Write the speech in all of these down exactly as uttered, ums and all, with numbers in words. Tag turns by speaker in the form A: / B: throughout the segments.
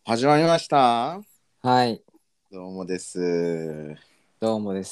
A: 始まりました。
B: はい、
A: どうもです。
B: どうもです。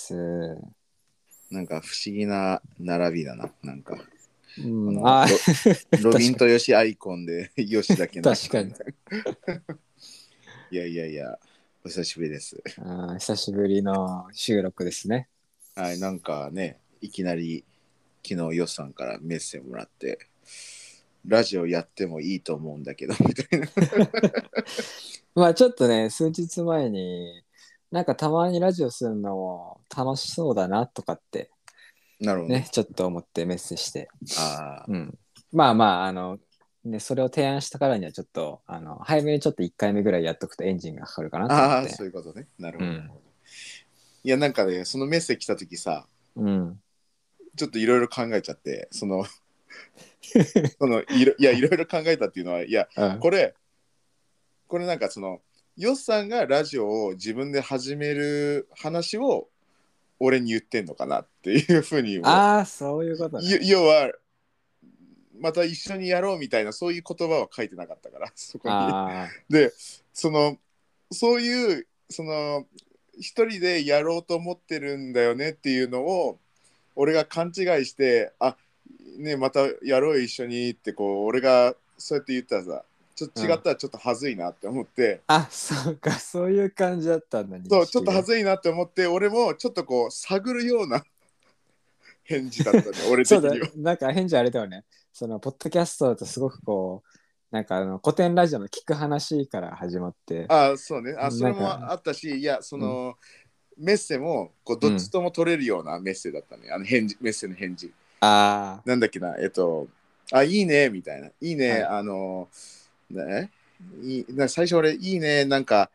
A: なんか不思議な並びだな。なんか、
B: う
A: こ
B: ん、あ、
A: のロ、ロビン
B: 確かに、
A: とヨシアイコンでヨシだけなくてみ
B: 確かに。
A: たいな。いやいやいや、お久しぶりです。
B: あー、久しぶりの収録ですね。
A: はい、なんかね、いきなり昨日ヨシさんからメッセージもらって、ラジオやってもいいと思うんだけど、みたいな。
B: まあちょっとね、数日前に、なんかたまにラジオするのも楽しそうだなとかって、
A: なるほどね。
B: ね、ちょっと思ってメッセージして。
A: あ
B: うん。まあまあ、あの、ね、それを提案したからにはちょっと、あの、早めにちょっといっかいめぐらいやっとくとエンジンがかかるかなと思っ
A: あ、ああ、
B: て。
A: そういうことね。なるほど、なる
B: うん。
A: ほど。いや、なんかね、そのメッセージ来たときさ、
B: うん。
A: ちょっといろいろ考えちゃって、その、そのいろいやいろいろ考えたっていうのはいや
B: うん。
A: これこれなんかそのヨッさんがラジオを自分で始める話を俺に言ってんのかなっていうふうにも
B: ああ、そういうことね。
A: 要はまた一緒にやろうみたいなそういう言葉は書いてなかったからそこに
B: あ
A: でそのそういうその一人でやろうと思ってるんだよねっていうのを俺が勘違いしてあねまたやろうよ一緒にってこう俺がそうやって言ったらさちょっと
B: あ、うん。
A: 違ったらちょっと恥ずいなって思って
B: あ、そうか、そういう感じだったんだ、認
A: そうちょっと
B: 識が。
A: 恥ずいなって思って俺もちょっとこう探るような返事だったね俺
B: そうだ、
A: 的には。
B: なんか返事あれだよね。その、ポッドキャストだとすごくこう、なんかあの、古典ラジオの聞く話から始まって、
A: あそうねあそれ
B: なんか、
A: もあったしいやそ
B: うん、
A: のメッセもこうどっち
B: うん。
A: とも取れるようなメッセだったねあの返事メッセの返事
B: あ
A: なんだっけなえっとあいいねみたいないい
B: あ、は
A: ね
B: い。
A: あのねいいな最初俺いいねなんか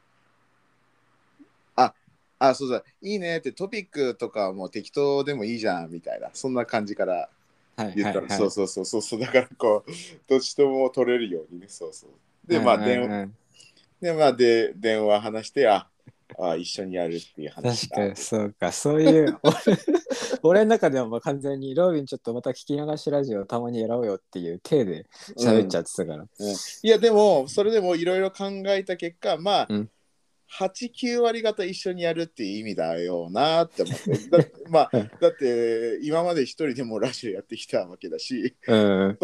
A: あ、あ、そうだ、いいねってトピックとかも適当でもいいじゃんみたいな、そんな感じから
B: はい、はい、
A: 言ったら、
B: はい。
A: そうそうそうそうそう、だからこう、どっちとも取れるようにね、そうそう。で、
B: うん、
A: まあ、
B: うん、
A: 電
B: うん。
A: で、まあ、で、電話話して、あ、あ、一緒にやるっていう話だ。
B: 確かに、そうか、そういう、俺、俺の中ではもう完全に、ロービンちょっとまた聞き流しラジオたまにやろうよっていう体で喋っち
A: うん。
B: ゃってたから。
A: うん、いや、でも、それでもいろいろ考えた結果、まあ、
B: うん。
A: はち、きゅう割方一緒にやるっていう意味だよなって思って。だ、まあ、だって、今まで一人でもラジオやってきたわけだし、
B: うん。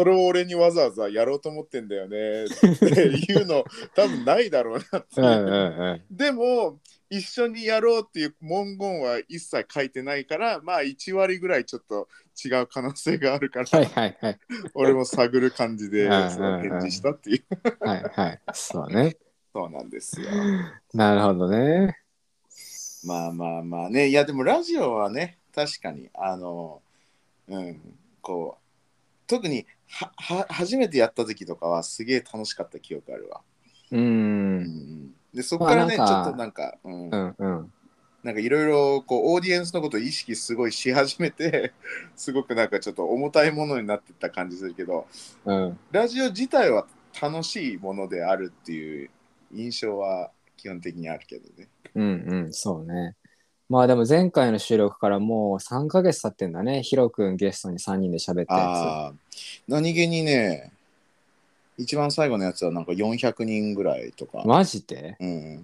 A: それを俺にわざわざやろうと思ってんだよねっていうの多分ないだろうなっ
B: うん、
A: ていう。
B: うん、
A: でも一緒にやろうっていう文言は一切書いてないからまあいち割ぐらいちょっと違う可能性があるか
B: はい、
A: ら
B: はい、はい。
A: 俺も探る感じ
B: うん、
A: でそう返
B: うん、うん。
A: 事したっていう。
B: はい、はい。そうね。
A: そうなんですよ。
B: なるほどね。
A: まあまあまあねいやでもラジオはね確かにあのうんこう特にはは初めてやった時とかはすげえ楽しかった記憶あるわ。
B: うーん。
A: うん、でそっ
B: まあなん
A: からねちょっと
B: か、
A: なんか、うん、
B: うん、うん。
A: なんかいろいろこうオーディエンスのことを意識すごいし始めてすごくなんかちょっと重たいものになってった感じするけど
B: うん。
A: ラジオ自体は楽しいものであるっていう印象は基本的にあるけどね。
B: うん、うん。そうね。まあでも前回の収録からもうさんかげつ経ってんだね。ヒロ君ゲストにさんにんで喋ったやつ。
A: ああ何気にね一番最後のやつはなんかよんひゃくにんぐらいとか、
B: マジで
A: うん、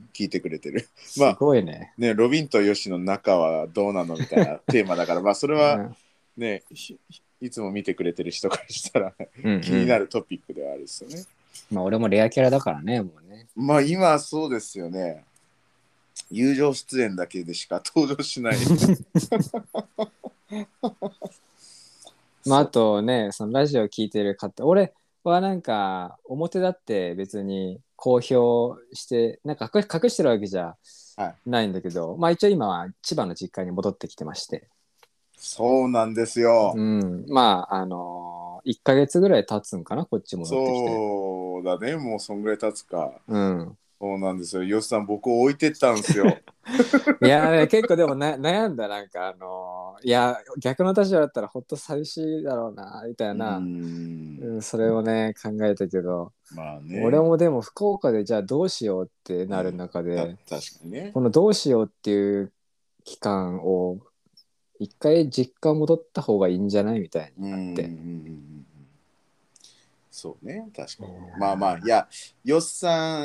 A: 聞いてくれてる。ま
B: す
A: あ
B: ごいね。
A: ねロビンとヨシの仲はどうなのみたいなテーマだからまあそれは
B: うん、
A: ねいつも見てくれてる人からしたら
B: うん、う
A: 気にな
B: ん。
A: るトピックではあるですよね。
B: まあ俺もレアキャラだからね、もうね。
A: まあ今そうですよね。友情出演だけでしか登場しない。
B: まあ、あ
A: そう。
B: とね、そのラジオ聞いてる方、俺はなんか表だって別に公表して、なんか隠隠してるわけじゃ
A: はい。
B: ないんだけど、まあ一応今は千葉の実家に戻ってきてまして、
A: そうなんですよ。
B: うん、まああのー、いっかげつぐらい経つんかな、こっち戻ってきて。
A: そうだね。もうそんぐらい経つか。
B: うん。
A: そうなんですよ。ヨシさん、僕を置いてったんですよ。
B: いやー、結構でもな悩んだ、なんかあのー、いや、逆の立場だったらほっと寂しいだろうな、みたい
A: うー
B: な、
A: ん。
B: うん、それをね、考えたけど、
A: まあ
B: 俺
A: ね。
B: もでも福岡でじゃあどうしようってなる
A: うん。た、
B: 中で、
A: 確かにね。
B: このどうしようっていう期間を一回実家戻った方がいいんじゃないみたい
A: うん。うん。う
B: になって。
A: んそうね。確かに。
B: いや
A: まあまあ、いや、ヨシさん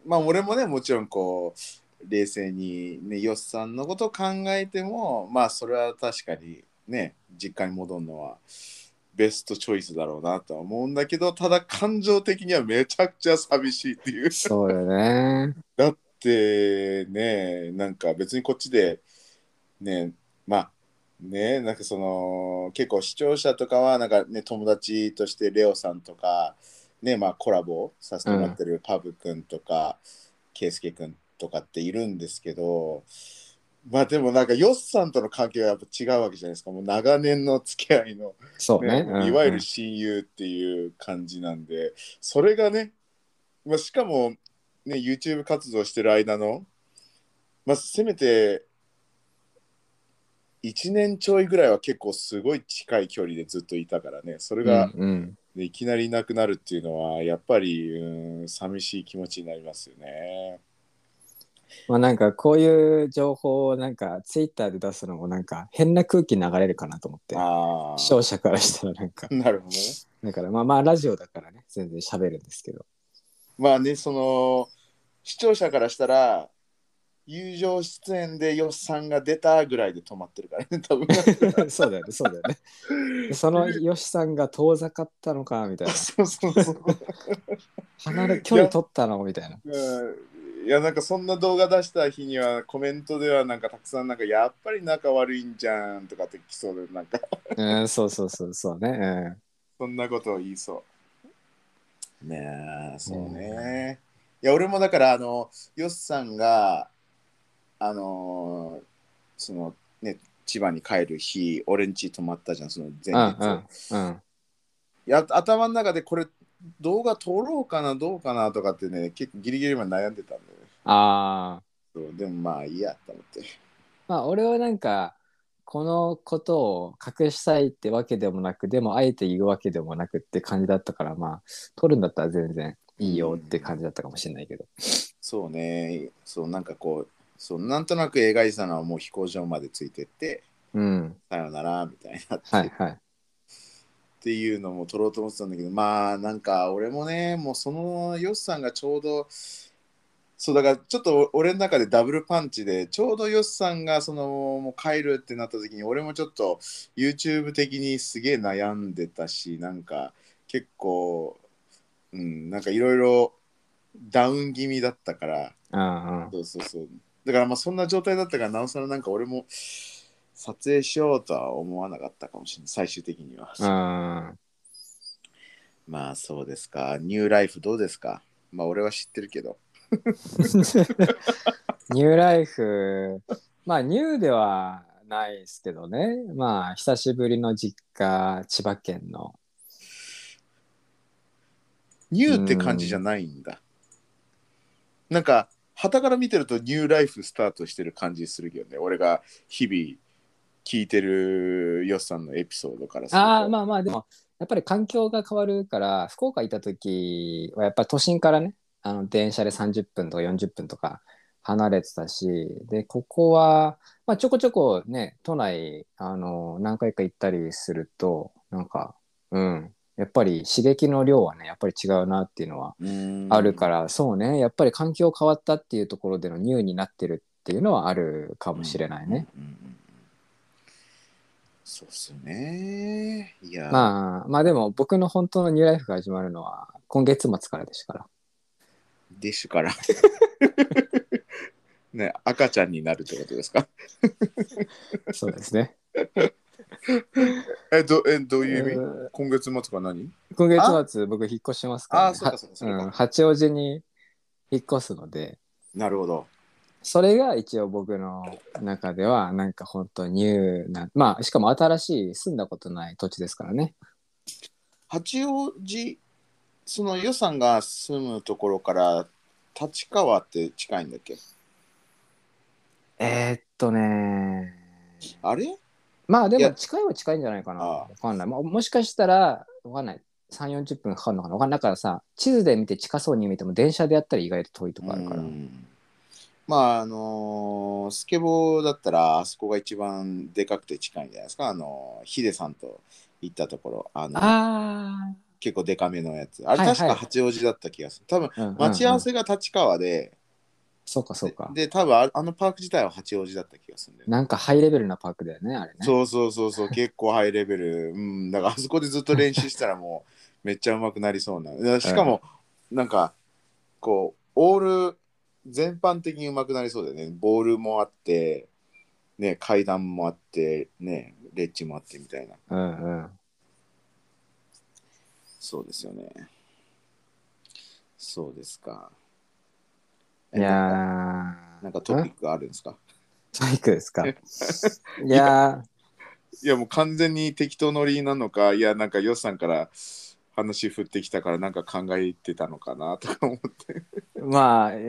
A: まあ俺もねもちろんこう冷静にねヨッさんのことを考えてもまあそれは確かにね実家に戻るのはベストチョイスだろうなとは思うんだけど、ただ感情的にはめちゃくちゃ寂しいっていう。
B: そうよね。
A: だってねなんか別にこっちでねまあねなんかその結構視聴者とかはなんかね友達としてレオさんとかねまあコラボさせてもらっ
B: うん。
A: てるパブくんとかケイスケくんとかっているんですけど、まあでもなんかヨッさんとの関係はやっぱ違うわけじゃないですか。もう長年の付き合いのね
B: そうね。う
A: もういわゆる
B: んうん。
A: 親友っていう感じなんで、それがね、まあ、しかもね YouTube 活動してる間のまあせめていちねんちょいぐらいは結構すごい近い距離でずっといたからね、それ
B: うん
A: が、
B: うん。
A: ね、いきなりいなくなるっていうのはやっぱりうん寂しい気持ちになりますよね。
B: まあなんかこういう情報をなんかツイッターで出すのもなんか変な空気流れるかなと思って。視聴
A: あ
B: 者からしたらなんか。
A: あ、なるほどね。
B: だからまあまあラジオだからね、全然喋るんですけど。
A: まあね、その視聴者からしたら友情出演でよっさんが出たぐらいで止まってるからね、多分。
B: そうだよね、そうだよね。そのよしさんが遠ざかったのかみたいな。
A: そうそうそう。
B: 離れ、距離
A: いや、
B: 取ったのみたいな。
A: うん、いやなんかそんな動画出した日にはコメントではなんかたくさんなんかやっぱり仲悪いんじゃんとかって来そうでなんか
B: うん、そうそうそうそうね。
A: そんなことを言いそう。ねえ、
B: うん。
A: そう
B: うん
A: ね。いや俺もだからあのよっさんがあのそのね千葉に帰る日俺ん家泊まったじゃんその前日。
B: うんうん。
A: いや頭の中でこれ動画撮ろうかなどうかなとかってね結構ギリギリまで悩んでたんだよね。
B: ああ。
A: そうでもまあいいやと思って。
B: まあ俺はなんか、このことを隠したいってわけでもなく、でもあえて言うわけでもなくって感じだったから、まあ、撮るんだったら全然
A: う
B: いいよって
A: ん、
B: 感じだったかもしれないけど。
A: そうね、そうなんかこう、そうなんとなく描いてたのはもう飛行場までついてって、
B: うん。
A: さよならみたいになってっ
B: はいはい。
A: ていうのも撮ろうと思ってたんだけど、まあなんか俺もね、もうそのヨシさんがちょうど、そうだからちょっと俺の中でダブルパンチで、ちょうどヨシさんがそのもう帰るってなった時に、俺もちょっと YouTube 的にすげえ悩んでたし、なんか結構、うん、なんかいろいろダウン気味だったから、
B: うんうん。
A: そうそうそう。だからまあそんな状態だったからなおさらなんか俺も撮影しようとは思わなかったかもしれない最終的には。
B: うん。
A: まあそうですか。ニューライフどうですか？まあ俺は知ってるけど。
B: ニューライフ、まあニューではないですけどね。まあ久しぶりの実家、千葉県の。う
A: ニューって感じじゃ
B: ん。
A: ないんだ。なんか傍から見てるとニューライフスタートしてる感じするけどね。俺が日々聞いてるヨッさんのエピソードからする
B: ああ、
A: と。
B: まあまあ、でも、やっぱり環境が変わるから、福岡行った時はやっぱ都心からね、あの電車でさんじゅっぷんとかよんじゅっぷんとか離れてたし、で、ここは、まあ、ちょこちょこね、都内、あの、何回か行ったりすると、なんか、うん、やっぱり刺激の量はね、やっぱり違うなっていうのは
A: うーん。
B: あるから、そうね、やっぱり環境変わったっていうところでのニューになってるっていうのはあるかもし
A: うんうん
B: れないね。
A: うんうんうん。そうっすよね。いや、
B: まあ、まあでも僕の本当のニューライフが始まるのは今月末からですから。
A: ディッシュからね、赤ちゃんになるってことですか？
B: そうですね。
A: え、ど、え、どう
B: う
A: いう意味？
B: ー
A: 今月末か何？
B: 今月
A: あ
B: 末僕引っ越しますから
A: あー、
B: ね。は、
A: そっかそっか、それか。
B: うん、八王子に引っ越すので、
A: なるほど。
B: それが一応僕の中ではなんか本当ニューな、まあしかも新しい住んだことない土地ですからね。
A: 八王子、その予算が住むところから立川って近いんだっけ？
B: えーっとね、
A: あれい
B: まあでも
A: や、
B: 近いは近いんじゃないかな。
A: あ
B: わかんない。ももしかしたら、わかんない。さん、よんじゅっぷんかかるのかな。わかんない。だからさ、地図で見て近そうに見ても電車でやったら意外と遠いと
A: う
B: こあるから。
A: ん。まあ、あのースケボーだったら、あそこが一番でかくて近いんじゃないですか。あのーヒデさんと行ったところ、あの、
B: あ
A: 結構デカめのやつ。あれ
B: はいはい。
A: 確か八王子だった気がする。多分
B: うんうん
A: 待ち合
B: うん。
A: わせが立川で、
B: そうかそう
A: で、
B: か。
A: で多分ああのパーク自体は八王子だった気がするんだよね。
B: なんかハイレベルなパークだよね、あれね。
A: そうそうそうそう、結構ハイレベル。うん、だからあそこでずっと練習したらもうめっちゃ上手くなりそうな。だから
B: うん。
A: しかも、なんか、こう、オール全般的に上手くなりそうだよね。ボールもあって、ね、階段もあって、ね、レッジもあってみたいな。
B: うんうん。
A: そうですよね。そうですか。
B: い
A: え、なんか、
B: や
A: なんかト
B: ー、ん
A: ピックあるんですか？
B: サイクですか？い
A: いや、
B: や
A: いやもう完全に適当乗りなのか、いや、なんかヨスさんから話振ってきたからなんか考えてたのかなとか思って。
B: ー、まあ、うん、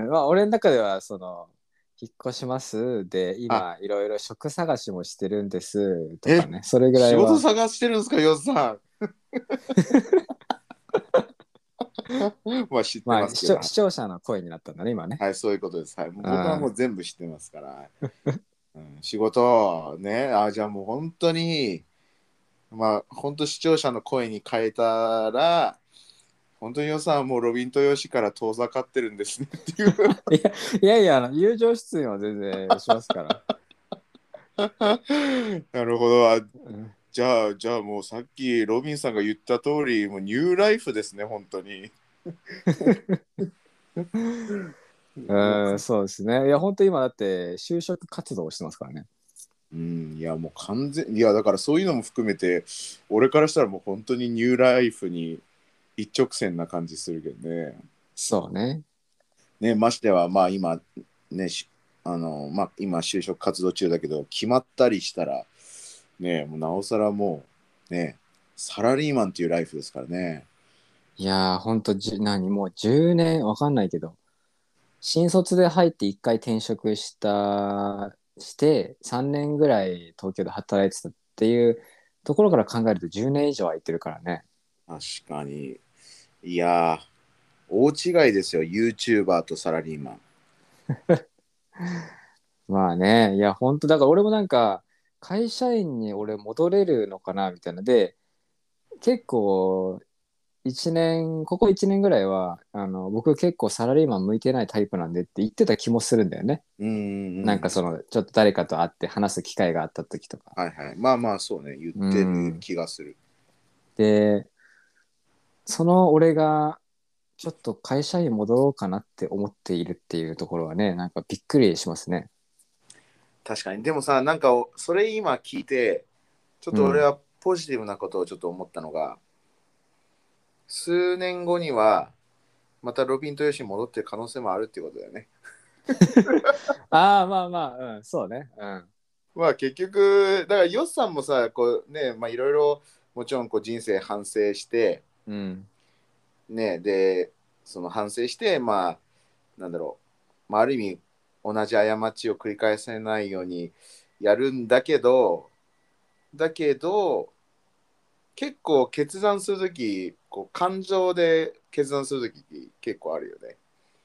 B: まあ、俺の中では、その、引っ越しますで、
A: あ、
B: 今、いろいろ職探しもしてるんですとか
A: え、
B: ね、それぐら
A: 仕事
B: いは、
A: 探してるんですか、ヨスさん。まあ知って
B: まあ、
A: ますけど、
B: 視聴、視聴者の声になったんだね、今ね。
A: はい、そういうことです。はい、もう
B: う
A: 僕はもう
B: ん。
A: 全部知ってますから。うん、仕事、ね、あ、じゃあもう本当に、まあ、本当視聴者の声に変えたら、本当に予算はもうロビンとヨシから遠ざかってるんですねっていう。
B: いやいやいや、あの友情出演は全然しますから。
A: なるほど。あ、
B: うん、
A: じゃあ、じゃあもうさっきロビンさんが言った通り、もうニューライフですね、本当に。もう、
B: うん、そうですね。いや、本当今だって就職活動をしてますからね。
A: うん、いや、もう完全、いや、だからそういうのも含めて、俺からしたらもう本当にニューライフに一直線な感じするけどね。
B: そうね。
A: ね、ましては、まあ今、ね、しあの、まあ今就職活動中だけど、決まったりしたら、ね、もうなおさらもう、ね、サラリーマンっていうライフですからね。
B: いやー、本当じゅ、何、もうじゅうねん、わかんないけど、新卒で入っていっかい転職した、して、さんねんぐらい東京で働いてたっていうところから考えるとじゅうねん以上空いてるからね。
A: 確かに。いやー、大違いですよ、YouTuber とサラリーマン。
B: まあね、いや、本当だから俺もなんか、会社員に俺戻れるのかなみたいな。で、結構、一年、ここいちねんぐらいは、あの、僕結構サラリーマン向いてないタイプなんでって言ってた気もするんだよね。
A: うんうんうん。
B: なんかその、ちょっと誰かと会って話す機会があった時とか。
A: はいはい。まあまあ、そうね、言っ
B: う
A: てる
B: ん。
A: 気がする。
B: で、その俺が、ちょっと会社員戻ろうかなって思っているっていうところはね、なんかびっくりしますね。
A: 確かに。でもさ、なんか、それ今聞いて、ちょっ
B: うん。
A: と俺はポジティブなことをちょっと思ったのが、数年後には、またロビンとヨシに戻ってる可能性もあるっていうことだよね。
B: ああ、まあまあ、うん、そうね。うん。
A: まあ結局、だからヨシさんもさ、こうね、まあいろいろもちろんこう人生反省して、
B: うん。
A: ね、で、その反省して、まあ、なんだろう、まあ、ある意味、同じ過ちを繰り返さないようにやるんだけど、だけど、結構決断するとき、こう感情で決断するとき結構あるよね。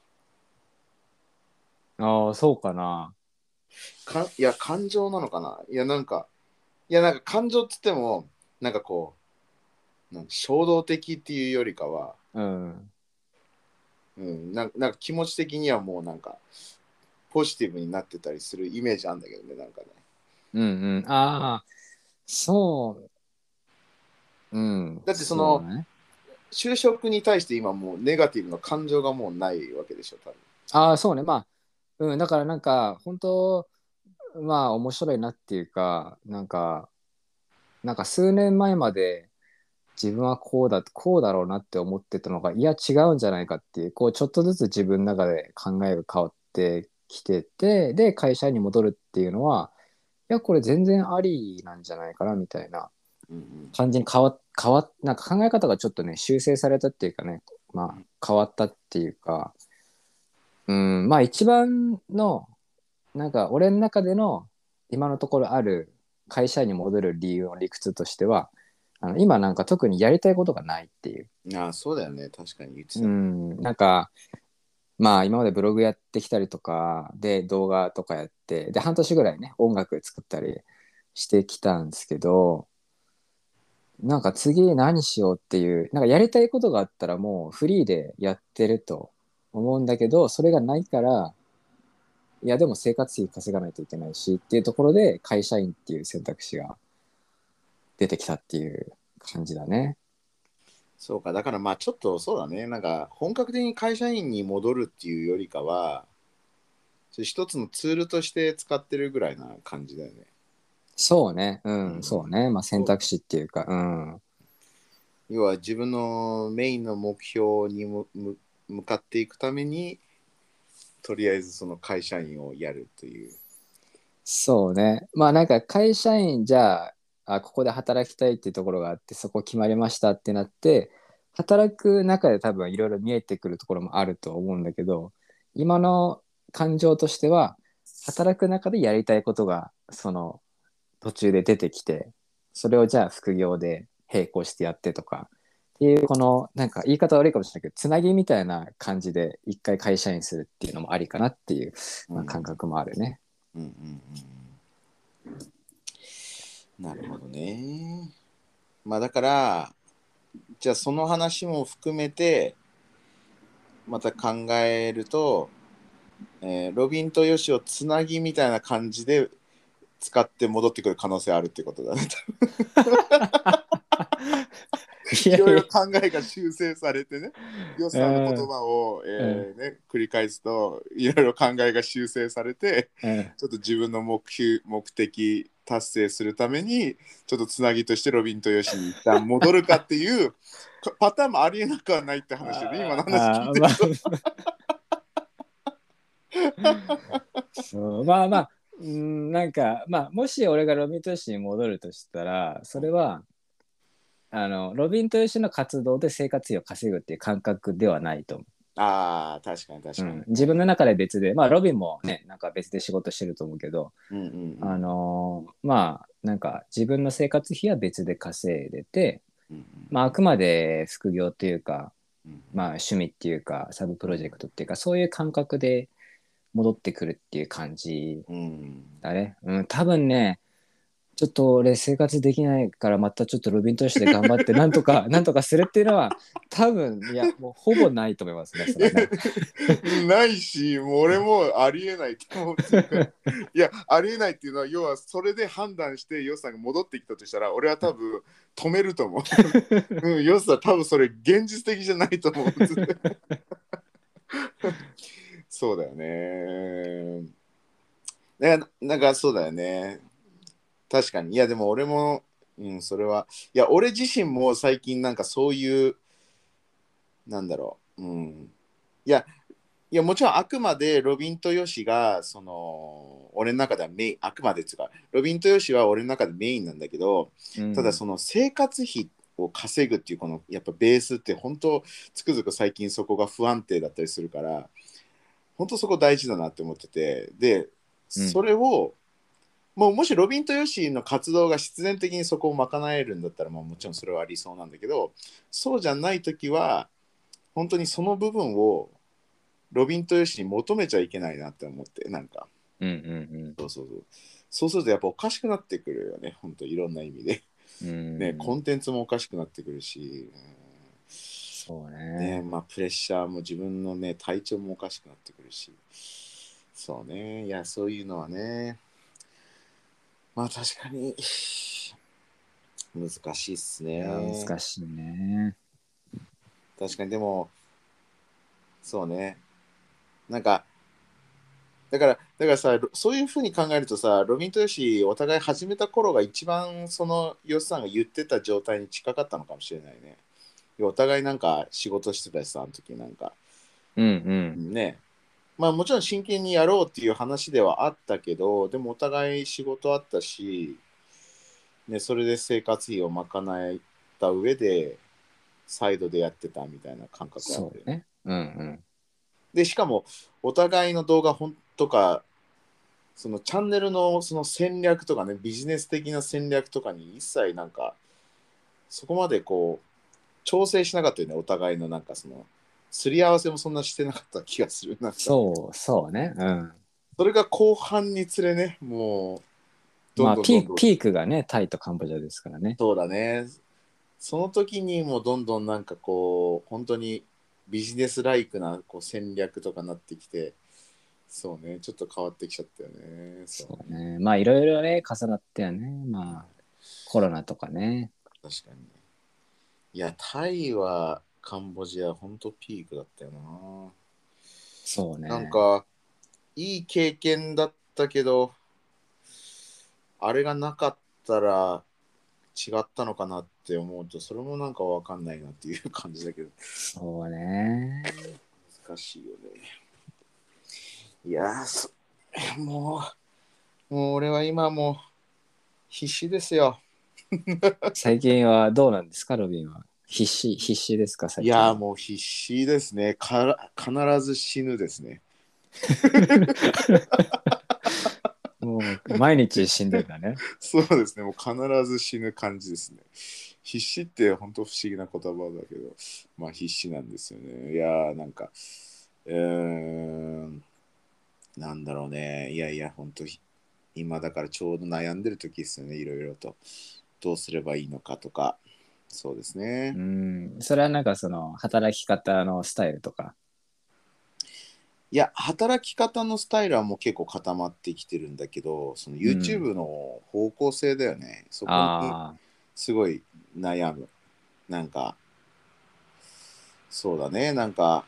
B: ああ、そうかな。
A: かいや、感情なのかないや、なんか、いや、なんか感情っつっても、なんかこう、なんか衝動的っていうよりかは、
B: うん。
A: うん、なんなんか気持ち的にはもうなんか、ポジティブになってたりするイメージあるんだけどね、なんかね。
B: うんうん。ああ、そう、うん。
A: だってその、
B: そうだね。
A: 就職に対して今もうネガティブな感情がもうないわけでしょ、多分。
B: ああ、そうね。まあ、うん。だからなんか、本当まあ、面白いなっていうか、なんか、なんか数年前まで自分はこうだ、こうだろうなって思ってたのが、いや、違うんじゃないかっていう、こう、ちょっとずつ自分の中で考えが変わってきてて、で、会社に戻るっていうのは、いや、これ全然ありなんじゃないかな、みたいな
A: うんうん
B: 感じに変わっ、変わっ、なんか考え方がちょっとね、修正されたっていうかね、ま
A: うん
B: あ、変わったっていうか、うん、まあ一番の、なんか俺の中での今のところある会社に戻る理由の理屈としては、あの今なんか特にやりたいことがないっていう。
A: ああ、そうだよね。確かに言って
B: う
A: たね。
B: ん、なんか、まあ今までブログやってきたりとか、で動画とかやって、で半年ぐらいね、音楽作ったりしてきたんですけど、 なんか次何しようっていう、なんかやりたいことがあったらもうフリーでやってると思うんだけど、それがないから、いやでも生活費稼がないといけないしっていうところで会社員っていう選択肢が出てきたっていう感じだね。
A: そうか、だからまあちょっとそうだね、なんか本格的に会社員に戻るっていうよりかは、それ一つのツールとして使ってるぐらいな感じだよね。
B: そうね。う
A: うん、
B: ん、そうね。まあ選
A: そうだ。
B: 択肢っていうか、うん。
A: 要は自分のメインの目標にむむ向かっていくために、とりあえずその会社員をやるという。
B: そうね。まあなんか会社員じゃあ、あ、ここで働きたいっていうところがあって、そこ決まりましたってなって、働く中で多分いろいろ見えてくるところもあると思うんだけど、今の感情としては、働く中でやりたいことが、その途中で出てきて、それをじゃあ副業で並行してやってとか、っていうこのなんか言い方悪いかもしれないけど、つなぎみたいな感じで一回会社員するっていうのもありかなっていう、まあ、感
A: うん
B: 覚もあるね。
A: うんうんうんうん。なるほどね。まあだから、じゃあその話も含めて、また考えると、えーロビンとヨシをつなぎみたいな感じで使って戻ってくる可能性あるってことだね。
B: いやいや、
A: いろいろ考えが修正されてね、ヨシ
B: う
A: さんの言
B: ん、
A: 葉を、
B: うん、
A: えーね、繰り返すと、いろいろ考えが修正されて、
B: うん。
A: ちょっと自分の目標、目的達成するために、ちょっとつなぎとしてロビンとヨシに一旦戻るかっていうパターンもありえなくはないって話でね、今の
B: あ
A: 話聞い
B: あ、まあ、
A: てると。
B: そう、まあまあ、うん、なんか、まあ、もし俺がロビントヨシに戻るとしたら、それは、あの、ロビントヨシの活動で生活費を稼ぐっていう感覚ではないと思
A: ああ、確かに確
B: う。う
A: かに。
B: ん、自分の中で別で、まあ、ロビンもね、なんか別で仕事してると思うけど、
A: うんうんう
B: あ
A: ん。
B: のーまあ、なんか自分の生活費は別で稼いでて、
A: うんうん
B: まあ、あくまで副業っていうか、
A: うん
B: まあ、趣味っていうか、サブプロジェ
A: うん
B: クトっていうか、そういう感覚で戻ってくるっていう感じ
A: うん。
B: だね。うん、多分ね、ちょっと俺生活できないからまたちょっとロビンとして頑張ってなんとかなんとかするっていうのは多分いやもうほぼないと思いますねそれはね。
A: ないし、もう俺もありえないと思うっていうか、いや、ありえないっていうのは、要はそれで判断して、ヨスさんが戻ってきたとしたら、俺は多分止めると思う。うん、ヨスさん、多分それ現実的じゃないと思う。そうだよね。ね、なんかそうだよね。確かに。いや、でも俺も、うん、それは、いや、俺自身も最近なんかそういう、なんだろう、うん。いや、いや、もちろんあくまでロビンとヨシが、その、俺の中ではメイン、あくまでっていうか、ロビンとヨシは俺の中でメインなんだけど、ただ
B: うん
A: その生活費を稼ぐっていうこのやっぱベースって本当つくづく最近そこが不安定だったりするから、本当そこ大事だなって思ってて、で、そ
B: うん
A: れを、もうもしロビンとヨシの活動が必然的にそこを賄えるんだったら、まあ、もちろんそれはありそうなんだけど、そうじゃないときは、本当にその部分をロビンとヨシに求めちゃいけないなって思って、なんか、
B: うんうん
A: そうそうそう。そうするとやっぱおかしくなってくるよね、本当いろんな意味で。
B: うん
A: ね、
B: うん。
A: コンテンツもおかしくなってくるし、
B: そう
A: うんね、
B: ね。
A: まあプレッシャーも自分のね、体調もおかしくなってくるし、そうね、いや、そういうのはね、まあ確かに難しいっす
B: いや
A: ね。
B: 難しいね。
A: 確かに、でも、そうね、なんか、だから、だからさ、そういうふうに考えるとさ、ロビンとヨシ、お互い始めた頃が一番そのヨシさんが言ってた状態に近かったのかもしれないね。お互いなんか仕事してたしさ、あの時なんか。
B: うんうん。
A: ね。まあもちろん真剣にやろうっていう話ではあったけど、でもお互い仕事あったし、ね、それで生活費を賄えた上で、サイドでやってたみたいな感覚はあったよね。
B: そうね。うんうん。
A: で、しかも、お互いの動画ほんとか、そのチャンネルのその戦略とかね、ビジネス的な戦略とかに一切なんか、そこまでこう、調整しなかったよね、お互いのなんかその、すり合わせもそんなしてなかった気がする。なんか、
B: そうそうね。うん。
A: それが後半につれね、もう、どん
B: まあピーク、
A: どんどんどん、
B: ピークがね、タイとカンボジアですからね。
A: そうだね。 その時にもうどんどんなんかこう本当にビジネスライクなこう戦略とかなってきて、そうね、ちょっと変わってきちゃったよね。そう
B: そうね。まあいろいろね、重なったよね。まあコロナとかね。
A: 確かにね。いや、タイはカンボジア本当ピークだったよな。
B: そうね。
A: なんかいい経験だったけど、あれがなかったら違ったのかなって思うと、それもなんかわかんないなっていう感じだけど、
B: そうね。
A: 難しいよね。いやーそもう、もう俺は今もう必死ですよ。
B: 最近はどうなんですか、ロビンは。必死、必死ですか、
A: いやー
B: 最近は。
A: もう必死ですね。から必ず死ぬですね。
B: もう毎日死んでんだね。
A: そうですね。もう必ず死ぬ感じですね。必死って本当不思議な言葉だけど、まあ必死なんですよね。いやーなんか、うーん、なんだろうね。いやいや、本当今だからちょうど悩んでる時ですよね。いろいろと。どうすればいいのかとか。そうですね。
B: うん。それはなんかその働き方のスタイルとか。
A: いや、働き方のスタイルはもう結構固まってきてるんだけど、その
B: うん。
A: YouTube の方向性だよね。そこに
B: ああ。
A: すごい悩む。なんか、そうだね。なんか、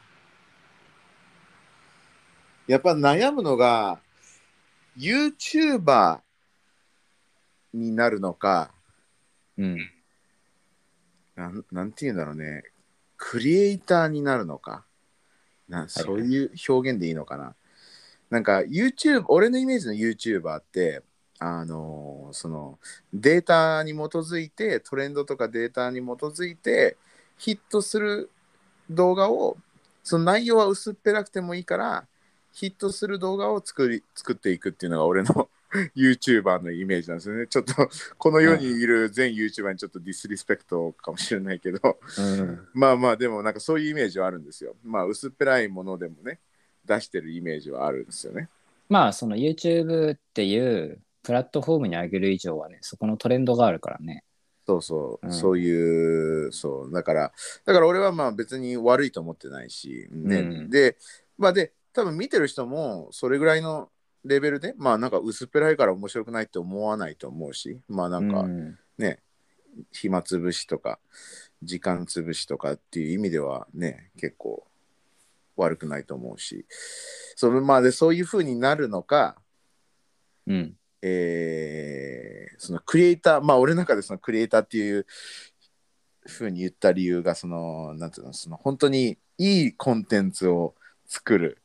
A: やっぱ悩むのが YouTuber になるのか、
B: うん。
A: なん、なんていうんだろうね。クリエイターになるのか。な
B: はいはい。
A: そういう表現でいいのかな。なんか YouTube、俺のイメージの YouTuber って、あのーそのデータに基づいて、トレンドとかデータに基づいて、ヒットする動画を、その内容は薄っぺらくてもいいから、ヒットする動画を作り作っていくっていうのが俺の YouTuber のイメージなんですよね。ちょっとこの世にいる全 YouTuber にちょっとディスリスペクトかもしれないけど、
B: うん。うん。
A: まあまあでもなんかそういうイメージはあるんですよ。まあ薄っぺらいものでもね、出してるイメージはあるんですよね。
B: まあその YouTube っていうプラットフォームに上げる以上はね、そこのトレンドがあるからね。
A: そうそう、そう
B: うん。
A: いう、そう、だから、だから俺はまあ別に悪いと思ってないし、ね、
B: うん。
A: で、まあで、多分見てる人もそれぐらいのレベルで、まあなんか薄っぺらいから面白くないって思わないと思うし、まあな
B: う
A: んか
B: ん。
A: ね、暇つぶしとか、時間つぶしとかっていう意味ではね、結構悪くないと思うし、そのまあで、そういう風になるのか、
B: うん。
A: えーそのクリエイター、まあ俺の中でそのクリエイターっていうふうに言った理由が、その、なんていうの、その本当にいいコンテンツを作る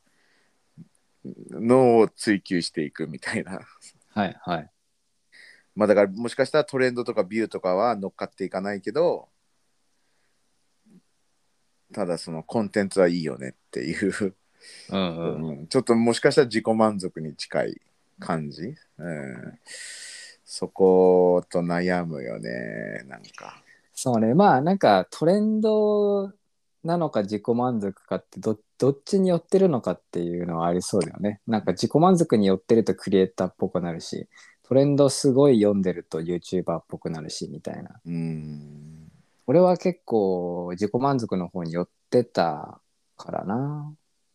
A: のを追求していくみたいな。
B: はいはい。
A: まあだからもしかしたらトレンドとかビューとかは乗っかっていかないけど、ただそのコンテンツはいいよねっていう、
B: うんうん。
A: うん、ちょっともしかしたら自己満足に近い感じ、うん、そこと悩むよね、なんか。
B: そうね。まあなんかトレンドなのか自己満足かってど、どっちに寄ってるのかっていうのはありそうだよね。なんか自己満足に寄ってるとクリエイターっぽくなるし、トレンドすごい読んでると YouTuber っぽくなるしみたいな。
A: うん、
B: 俺は結構自己満足の方に寄ってたからな。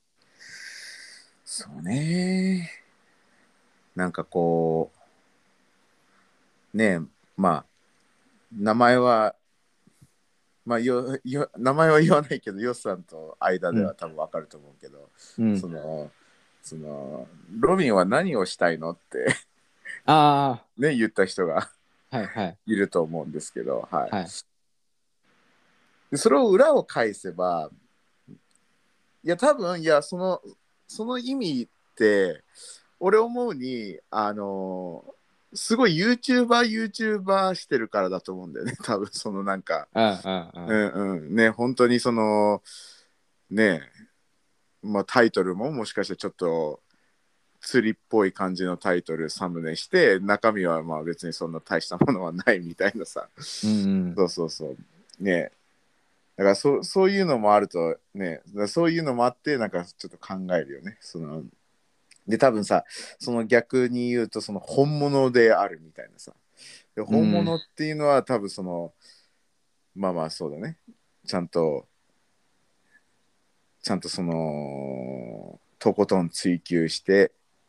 A: そうね。なんかこう、ね、まあ、名前はまあよよ名前は言わないけど、ヨスさんと間
B: うん。
A: では多分わかると思うけど、
B: うん。
A: その、その、ロビンは何をしたいのって
B: あ
A: ね、言った人が
B: あ、はいはい。
A: いると思うんですけど、はい。
B: はい。
A: でそれを裏を返せば、いや、多分、いや、その、その意味って、俺思うに、あの、すごい YouTuber、YouTuber してるからだと思うんだよね、多分、そのなんか、
B: うんうんうん。
A: うんうん、ね、本当にその、ね、まあ、タイトルももしかしてちょっと釣りっぽい感じのタイトルサムネして中身はまあ別にそんな大したものはないみたいなさ。
B: うんうん。
A: そうそうそうね。だからそそういうのもあるとね、そういうのもあってなんかちょっと考えるよね。そので多分さ、その逆に言うとその本物であるみたいなさ。で
B: うん。
A: 本物っていうのは多分そのまあまあそうだね。ちゃんと、ちゃんとその、とことん追求して、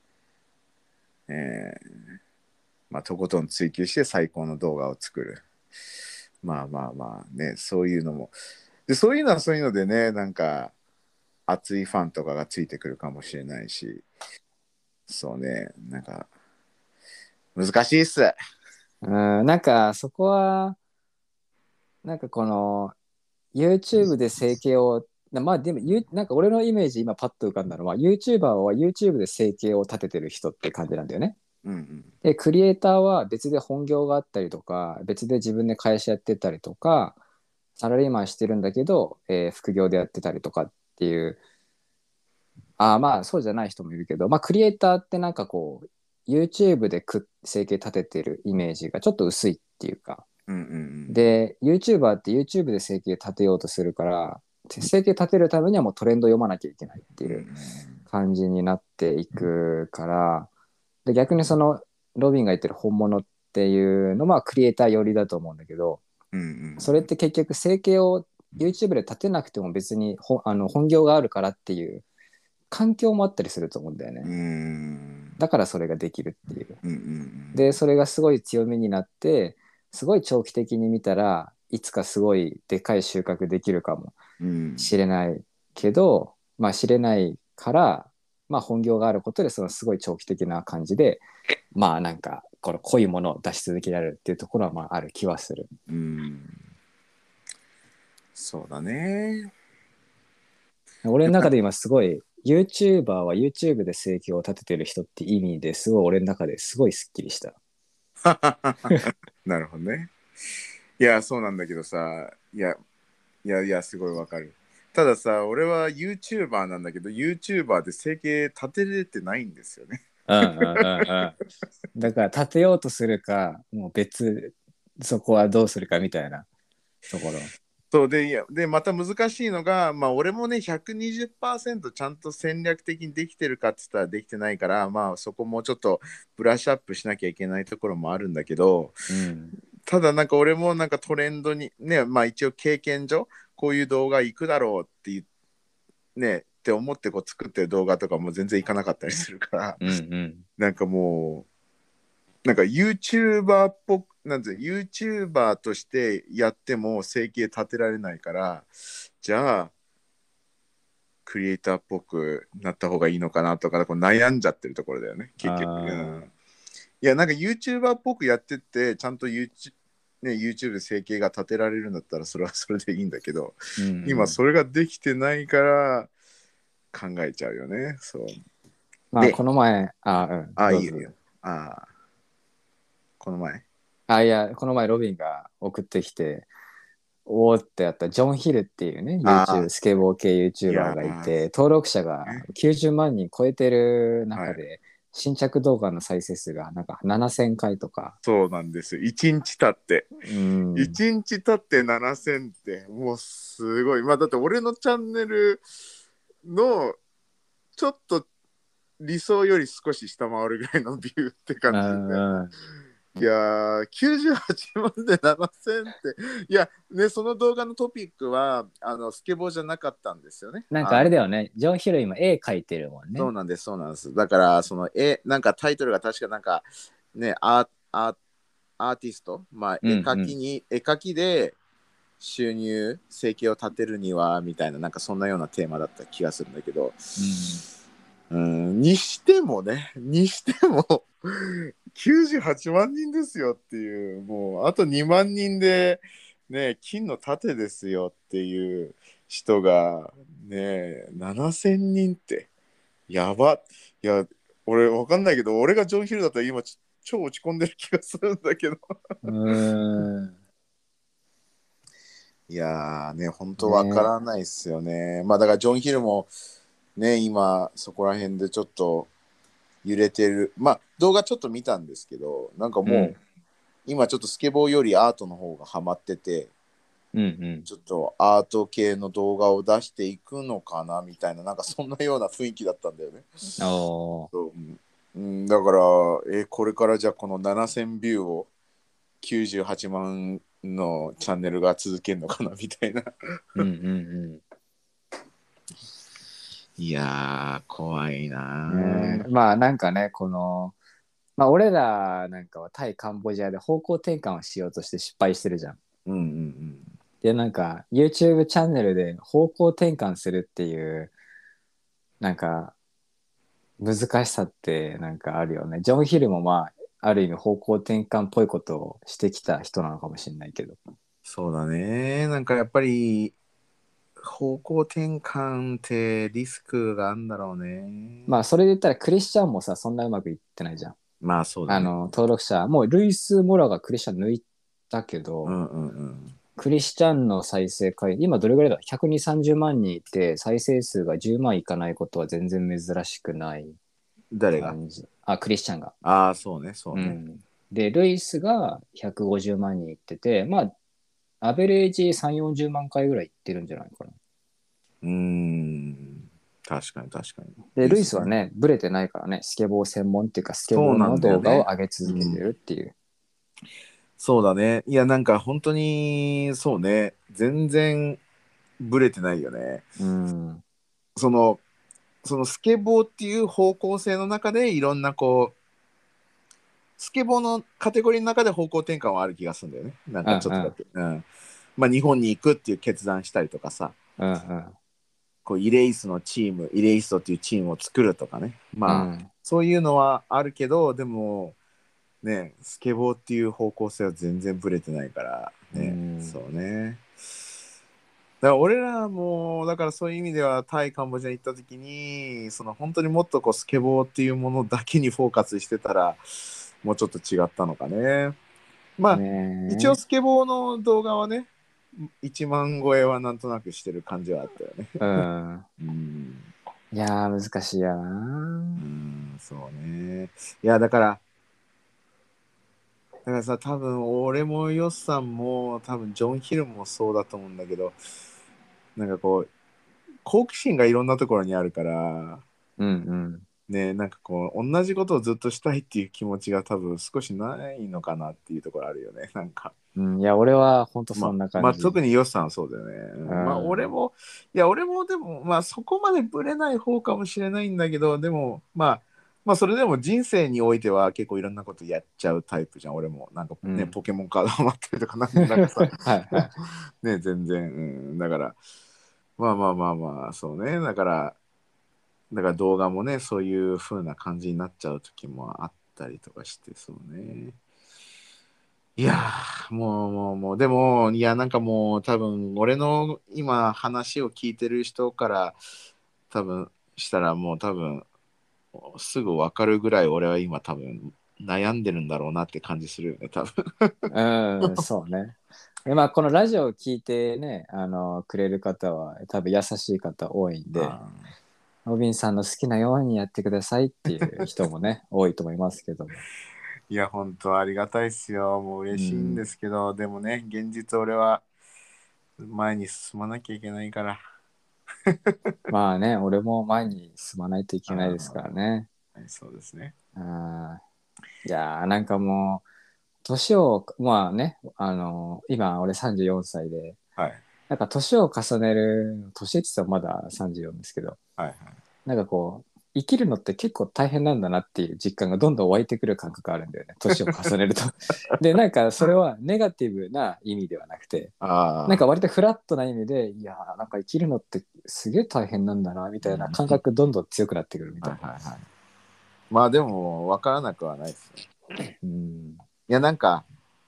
A: えー、まあとことん追求して最高の動画を作る。まあまあまあね、そういうのも。で、そういうのはそういうのでね、なんか、熱いファンとかがついてくるかもしれないし、そうね、なんか、難しいっす。
B: うん、なんかそこは、なんかこの YouTube で生計を、まあでも、ゆなんか俺のイメージ今パッと浮かんだのは、YouTuber は YouTube で生計を立ててる人って感じなんだよね。
A: うんうん。
B: で、クリエイターは別で本業があったりとか、別で自分で会社やってたりとか、サラリーマンしてるんだけど、えー副業でやってたりとかっていう、ああまあそうじゃない人もいるけど、まあクリエイターってなんかこう、YouTube でく生計立ててるイメージがちょっと薄いっていうか、
A: うんうん
B: で、YouTuber って YouTube で生計立てようとするから、生計立てるためにはもうトレンド読まなきゃいけないっていう
A: うんうん
B: 感じになっていくから、で逆にそのロビンが言ってる本物っていうのはクリエイター寄りだと思うんだけど、
A: うんうん
B: それって結局生計を YouTube で立てなくても別にほあの本業があるからっていう環境もあったりすると思うんだよ
A: う
B: ね。
A: ん
B: だからそれができるっていう。
A: うんうん
B: で、それがすごい強みになって、すごい長期的に見たらいつかすごいでかい収穫できるかも
A: うん
B: しれないけど、まあ知れないから、まあ本業があることでそのすごい長期的な感じで、まあなんかこの濃いものを出し続けられるっていうところはまあある気はする。
A: うんそうだね。
B: 俺の中で今すごい YouTuber は YouTube で生計を立ててる人って意味ですごい俺の中ですごいスッキリした。
A: なるほどね。いや、そうなんだけどさ、いや、いやいや、すごいわかる。たださ、俺は YouTuber なんだけど、YouTuber で生計立てれてないんですよね。
B: うんうんうんうん。だから立てようとするか、もう別、そこはどうするかみたいなところ。
A: そうで、いや、で、また難しいのが、まあ、俺もね、ひゃくにじゅっパーセントちゃんと戦略的にできてるかって言ったらできてないから、まあ、そこもうちょっとブラッシュアップしなきゃいけないところもあるんだけど、
B: うん。
A: ただなんか俺もなんかトレンドに、ね、まあ一応経験上、こういう動画行くだろうっていうね、って思ってこう作ってる動画とかも全然いかなかったりするから、
B: うんうん。
A: なんかもう、なんか YouTuber っぽく、なんていう YouTuber としてやっても生計立てられないから、じゃあ、クリエイターっぽくなった方がいいのかなとか、こう悩んじゃってるところだよね、結局。う
B: あ
A: ん、いや、なんか YouTuber っぽくやってって、ちゃんと YouTube、ね、YouTube で生計が立てられるんだったら、それはそれでいいんだけど、
B: ーうんうん。
A: 今それができてないから考えちゃうよね。そう。
B: まあ
A: で、
B: この前、あ、うん、
A: あ、いいよ、いいよ。
B: どうぞどうぞ。
A: あ、この前。
B: あ、いや、この前ロビンが送ってきて、おーってやったジョン・ヒルっていうね、
A: あ、
B: YouTube、スケボー系
A: い
B: YouTuber
A: や
B: がいて、登録者が
A: ね、
B: きゅうじゅうまん人超えてる
A: はい。
B: 中で、新着動画の再生数がなんかななせんかいとか、
A: そうなんですよ。いちにち経って。
B: うん、
A: いちにち経ってななせんって、もうすごい。まあだって俺のチャンネルのちょっと理想より少し下回るぐらいのビューって
B: う
A: 感じで。
B: ん、
A: いやー、きゅうじゅうはちまんでななせんって、いや、ね、その動画のトピックは、あの、スケボーじゃなかったんですよね。
B: なんか
A: あの、
B: あれだよね、ジョン・ヒル今絵描いてるもんね。
A: そうなんです、そうなんです。だから、その、え、なんかタイトルが確かなんか、ね、アー、アー、アーティスト、まあ、
B: うん
A: 絵描
B: うん。
A: きに、絵描きで収入、生計を立てるには、みたいな、なんかそんなようなテーマだった気がするんだけど、
B: うん。
A: うん、にしてもね、にしてもきゅうじゅうはちまん人ですよっていう、もうあとにまん人で、ね、金の盾ですよっていう人が、ね、ななせんにんって、やば。いや、俺わかんないけど、俺がジョン・ヒルだったら今ち超落ち込んでる気がするんだけど。
B: うーん。
A: いやーね、本当わか
B: ね。
A: らないっすよね。まあだからジョン・ヒルもね、今そこら辺でちょっと揺れてる。まあ動画ちょっと見たんですけど、なんかもう
B: うん。
A: 今ちょっとスケボーよりアートの方がハマってて、
B: うんうん
A: ちょっとアート系の動画を出していくのかなみたいな、なんかそんなような雰囲気だったんだよね。
B: おー。
A: そう、うん、だから、えこれからじゃあこのななせんビューをきゅうじゅうはちまんのチャンネルが続けるのかなみたいな。
B: うんうん
A: いやー怖いな
B: うん。ね
A: ー。
B: え、まあなんかね、この、まあ俺らなんかは対カンボジアで方向転換をしようとして失敗してるじゃん。
A: うんうん
B: で、なんか YouTube チャンネルで方向転換するっていう、なんか難しさってなんかあるよね。ジョン・ヒルもまあ、ある意味方向転換っぽいことをしてきた人なのかもしれないけど。
A: そうだね。なんかやっぱり方向転換ってリスクがあるんだろうね。
B: まあそれで言ったらクリスチャンもさ、そんなうまくいってないじゃん。
A: まあそうだね。
B: あの、登録者、もうルイス・モラがクリスチャン抜いたけど、
A: うんうんうん。
B: クリスチャンの再生回、今どれぐらいだ？ ひゃくにじゅう、さんじゅうまん人いて、再生数がじゅうまんいかないことは全然珍しくない
A: 誰が？
B: 感じ。あ、クリスチャンが。
A: ああ、そうね、そうね。
B: うん。で、ルイスがひゃくごじゅうまん人いってて、まあ、アベレージさん、よんじゅうまん回ぐらいいってるんじゃないかな。
A: うーん。確かに確かに。
B: で、ルイ
A: いいっすね。
B: スはね、ブレてないからね、スケボー専門っていうか、スケボー
A: そうなんだよ
B: の動画を
A: ね。
B: 上げ続けて
A: うん。
B: るっていう。
A: そうだね。いや、なんか本当に、そうね。全然ブレてないよね。
B: うん。
A: その、そのスケボーっていう方向性の中でいろんなこう、スケボーのカテゴリーの中で方向転換はある気がするんだよね。なん
B: うん
A: かちょっとだけ。うん。まあ日本に行くっていう決断したりとかさ、
B: うんうん
A: こうイレイスのチーム、イレイストっていうチームを作るとかね。まあ、
B: うん
A: そういうのはあるけど、でも、ね、スケボーっていう方向性は全然ブレてないから
B: う
A: ね、
B: ん。
A: そうね。だから俺らも、だからそういう意味ではタイ、カンボジアに行った時に、その本当にもっとこうスケボーっていうものだけにフォーカスしてたら、もうちょっと違ったのかね。まあ、一応
B: ね
A: スケボーの動画はね、いちまん超えはなんとなくしてる感じはあったよね。
B: え。うん。
A: うん。
B: いやー、難しいや
A: う
B: な。
A: ん、そうね。いや、だから、だからさ、多分俺もヨッさんも多分ジョン・ヒルもそうだと思うんだけど、なんかこう、好奇心がいろんなところにあるから、
B: うんうん。
A: ね、なんかこう、同じことをずっとしたいっていう気持ちが多分少しないのかなっていうところあるよね、なんか。
B: うん、いや、俺は本当
A: まあ、
B: そんな
A: まあ、
B: 感じ。
A: 特にヨシさんはそうだよね。
B: う
A: うんまあ、俺
B: ん。
A: も、いや、俺もでも、まあ、そこまでブレない方かもしれないんだけど、でも、まあ、まあ、それでも人生においては結構いろんなことやっちゃうタイプじゃん、俺も。なんかね、
B: うん。
A: ポケモンカードハマったりとか、なんなんかさ、
B: はいはい。
A: ね、全然、うん、だから、まあまあまあまあ、そうね、だから、だから動画もね、そういう風な感じになっちゃう時もあったりとかして、そうね。いやー、もう、もう、もう、でも、いや、なんかもう、多分、俺の今、話を聞いてる人から、多分、したら、もう、多分、すぐ分かるぐらい、俺は今、多分、悩んでるんだろうなって感じするよね、多分。
B: うん、そうね。で、まあ、このラジオを聞いてね、あの、くれる方は、多分優しい方多いんで、
A: あ
B: ロビンさんの好きなようにやってくださいっていう人もね、多いと思いますけども。
A: いや、本当ありがたいっすよ。もう
B: う
A: 嬉しいんで
B: ん。
A: すけど、でもね、現実俺は前に進まなきゃいけないから。
B: まあね、俺も前に進まないといけないですから
A: あ
B: ね。
A: ーはい、そうですね。
B: うん。いやー、なんかもう、年を、まあね、あの、今俺さんじゅうよんさいで、
A: はい。
B: なんか年を重ねる、年って言ってもまださんじゅうよんですけど、
A: はいはい。
B: なんかこう、生きるのって結構大変なんだなっていう実感がどんどん湧いてくる感覚があるんだよね。年を重ねると。で、なんかそれはネガティブな意味ではなくて、なんか
A: ああ。
B: 割とフラットな意味で、いやーなんか生きるのってすげえ大変なんだな、みたいな感
A: うん
B: 覚どんどん強くなってくるみたいな。
A: はいはいはい。まあでも、わからなくはないですね。
B: うん。
A: いや、なんか、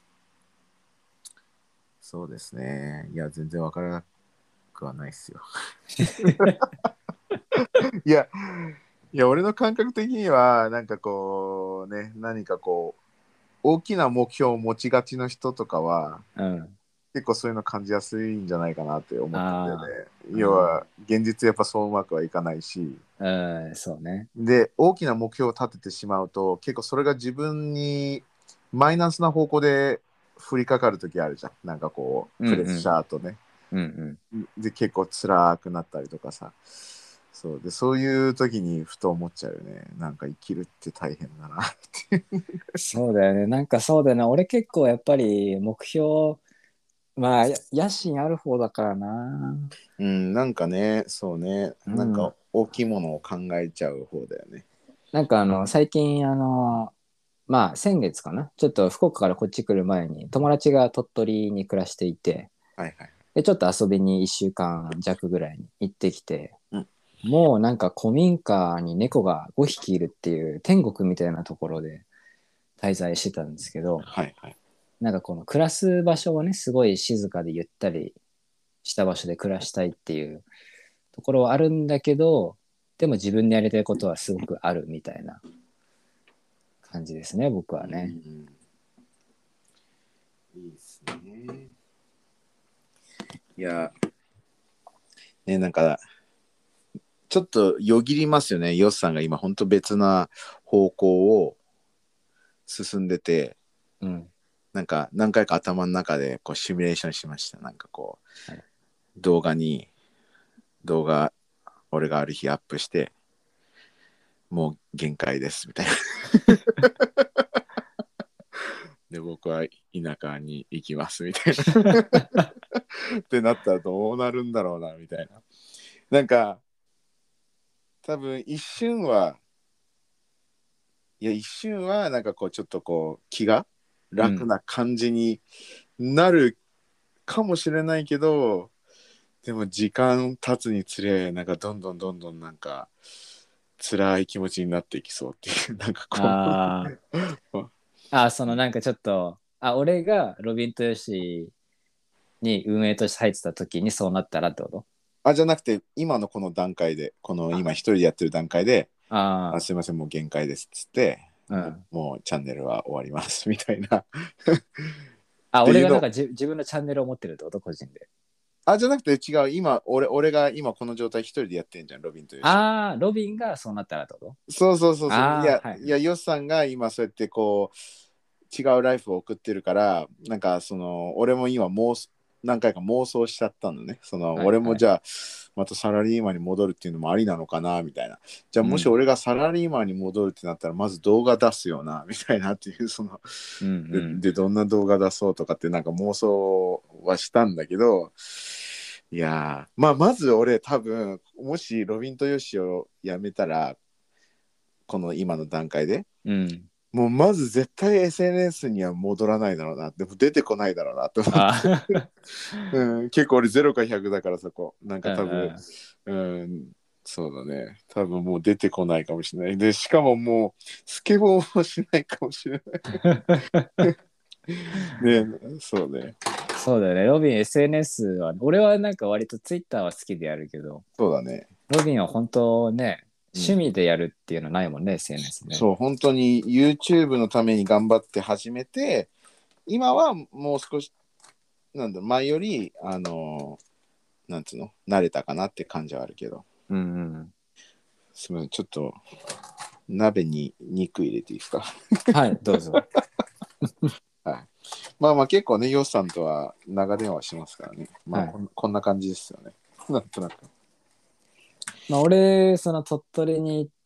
A: そうですね。いや、全然わからなくはないですよ。いや、いや、俺の感覚的には、なんかこう、ね、何かこう、大きな目標を持ちがちの人とかは、
B: うん。
A: 結構そういうの感じやすいんじゃないかなって思ってんだよね。
B: ああ。う
A: 要は、
B: ん。
A: 現実やっぱそううまくはいかないし、
B: うん、そうね。
A: で、大きな目標を立ててしまうと、結構それが自分にマイナスな方向で降りかかるときあるじゃん。なんかこう、プレッシ
B: うんうん。
A: ャーとね。
B: うんうん。
A: で、結構辛くなったりとかさ。そうで、そういう時にふと思っちゃうよね。なんか生きるって大変だなって。
B: そうだよね。なんかそうだよな。俺結構やっぱり目標まあや野心ある方だからな。
A: うん、なんかね、そうね、
B: うん。
A: なんか大きいものを考えちゃう方だよね。
B: なんかあの最近あのまあ先月かな、ちょっと福岡からこっち来る前に友達が鳥取に暮らしていて、
A: はいはい。
B: でちょっと遊びにいっしゅうかん弱ぐらいに行ってきて、
A: うん。
B: もうなんか古民家に猫がごひきいるっていう天国みたいなところで滞在してたんですけど、
A: はいはい。
B: なんかこの暮らす場所をね、すごい静かでゆったりした場所で暮らしたいっていうところはあるんだけど、でも自分でやりたいことはすごくあるみたいな感じですね、僕は
A: う
B: ね。
A: ん、いいですね。いや、ね、なんか、ちょっとよぎりますよね。ヨスさんが今、本当別な方向を進んでて、
B: うん。
A: なんか何回か頭の中でこうシミュレーションしました。なんかこ
B: はい。
A: う、動画に、動画、俺がある日アップして、もう限界ですみたいな。で、僕は田舎に行きますみたいな。ってなったらどうなるんだろうなみたいな。なんか、多分一瞬は、いや一瞬はなんかこうちょっとこう気が
B: うん。
A: 楽な感じになるかもしれないけど、でも時間経つにつれなんかどんどんどんどんなんか辛い気持ちになっていきそうっていうなんかこ
B: あ
A: う
B: あ。ああ、そのなんかちょっと、あ、俺がロビン豊吉に運営として入ってた時にそうなったらってこと？
A: あじゃなくて今のこの段階でこの今一人でやってる段階であ
B: あ
A: すいませんもう限界ですっつって
B: あ、う
A: も
B: ん。
A: う、もうチャンネルは終わりますみたいなっ
B: あ、俺がなん
A: ていうの
B: かじ自分のチャンネルを持ってるってこと？個人で。
A: あじゃなくて違う今俺俺が今この状態一人でやってんじゃんロビンとよし。
B: ああ、ロビンがそうなったらってこと？
A: そうそうそうそう。い
B: ああ、
A: や、
B: はいはい。
A: いや、ヨシさんが今そうやってこう、違うライフを送ってるから、なんかその、俺も今妄想、何回か妄想しちゃったのね。その、
B: はいはい。
A: 俺もじゃあ、またサラリーマンに戻るっていうのもありなのかな、みたいな。じゃあ、もし
B: うん。
A: 俺がサラリーマンに戻るってなったら、まず動画出すよな、みたいなっていう、その、
B: うんう
A: で、
B: ん。
A: でどんな動画出そうとかってなんか妄想はしたんだけど、いやー、まあ、まず俺多分、もしロビンとヨシを辞めたら、この今の段階で、
B: うん。
A: もうまず絶対 エスエヌエス には戻らないだろうな。でも出てこないだろうなって思って。
B: ああ。
A: うん、結構俺ゼロかひゃくだからそこ。なん
B: うん
A: か多分、
B: うん。
A: うん、そうだね。多分もう出てこないかもしれない。で、しかももうスケボーもしないかもしれない。ね、そうね。
B: そうだよね。ロビン エスエヌエス は、俺はなんか割とツイッターは好きでやるけど、
A: そうだね。
B: ロビンは本当ね、
A: うん。
B: 趣味でやるっていうのないもんね、エスエヌエス ね。
A: そう、本当に YouTube のために頑張って始めて、今はもう少し、なんだ、前より、あのなんつうの、慣れたかなって感じはあるけど。
B: うんうん。
A: すみません、ちょっと鍋に肉入れていいですか。
B: はい、どうぞ。
A: はい。まあまあ結構ね、ヨウさんとは長電話しますからね。まあ
B: はい。
A: こんこんな感じですよね。なんとなく。
B: まあ、俺、その鳥取に行って、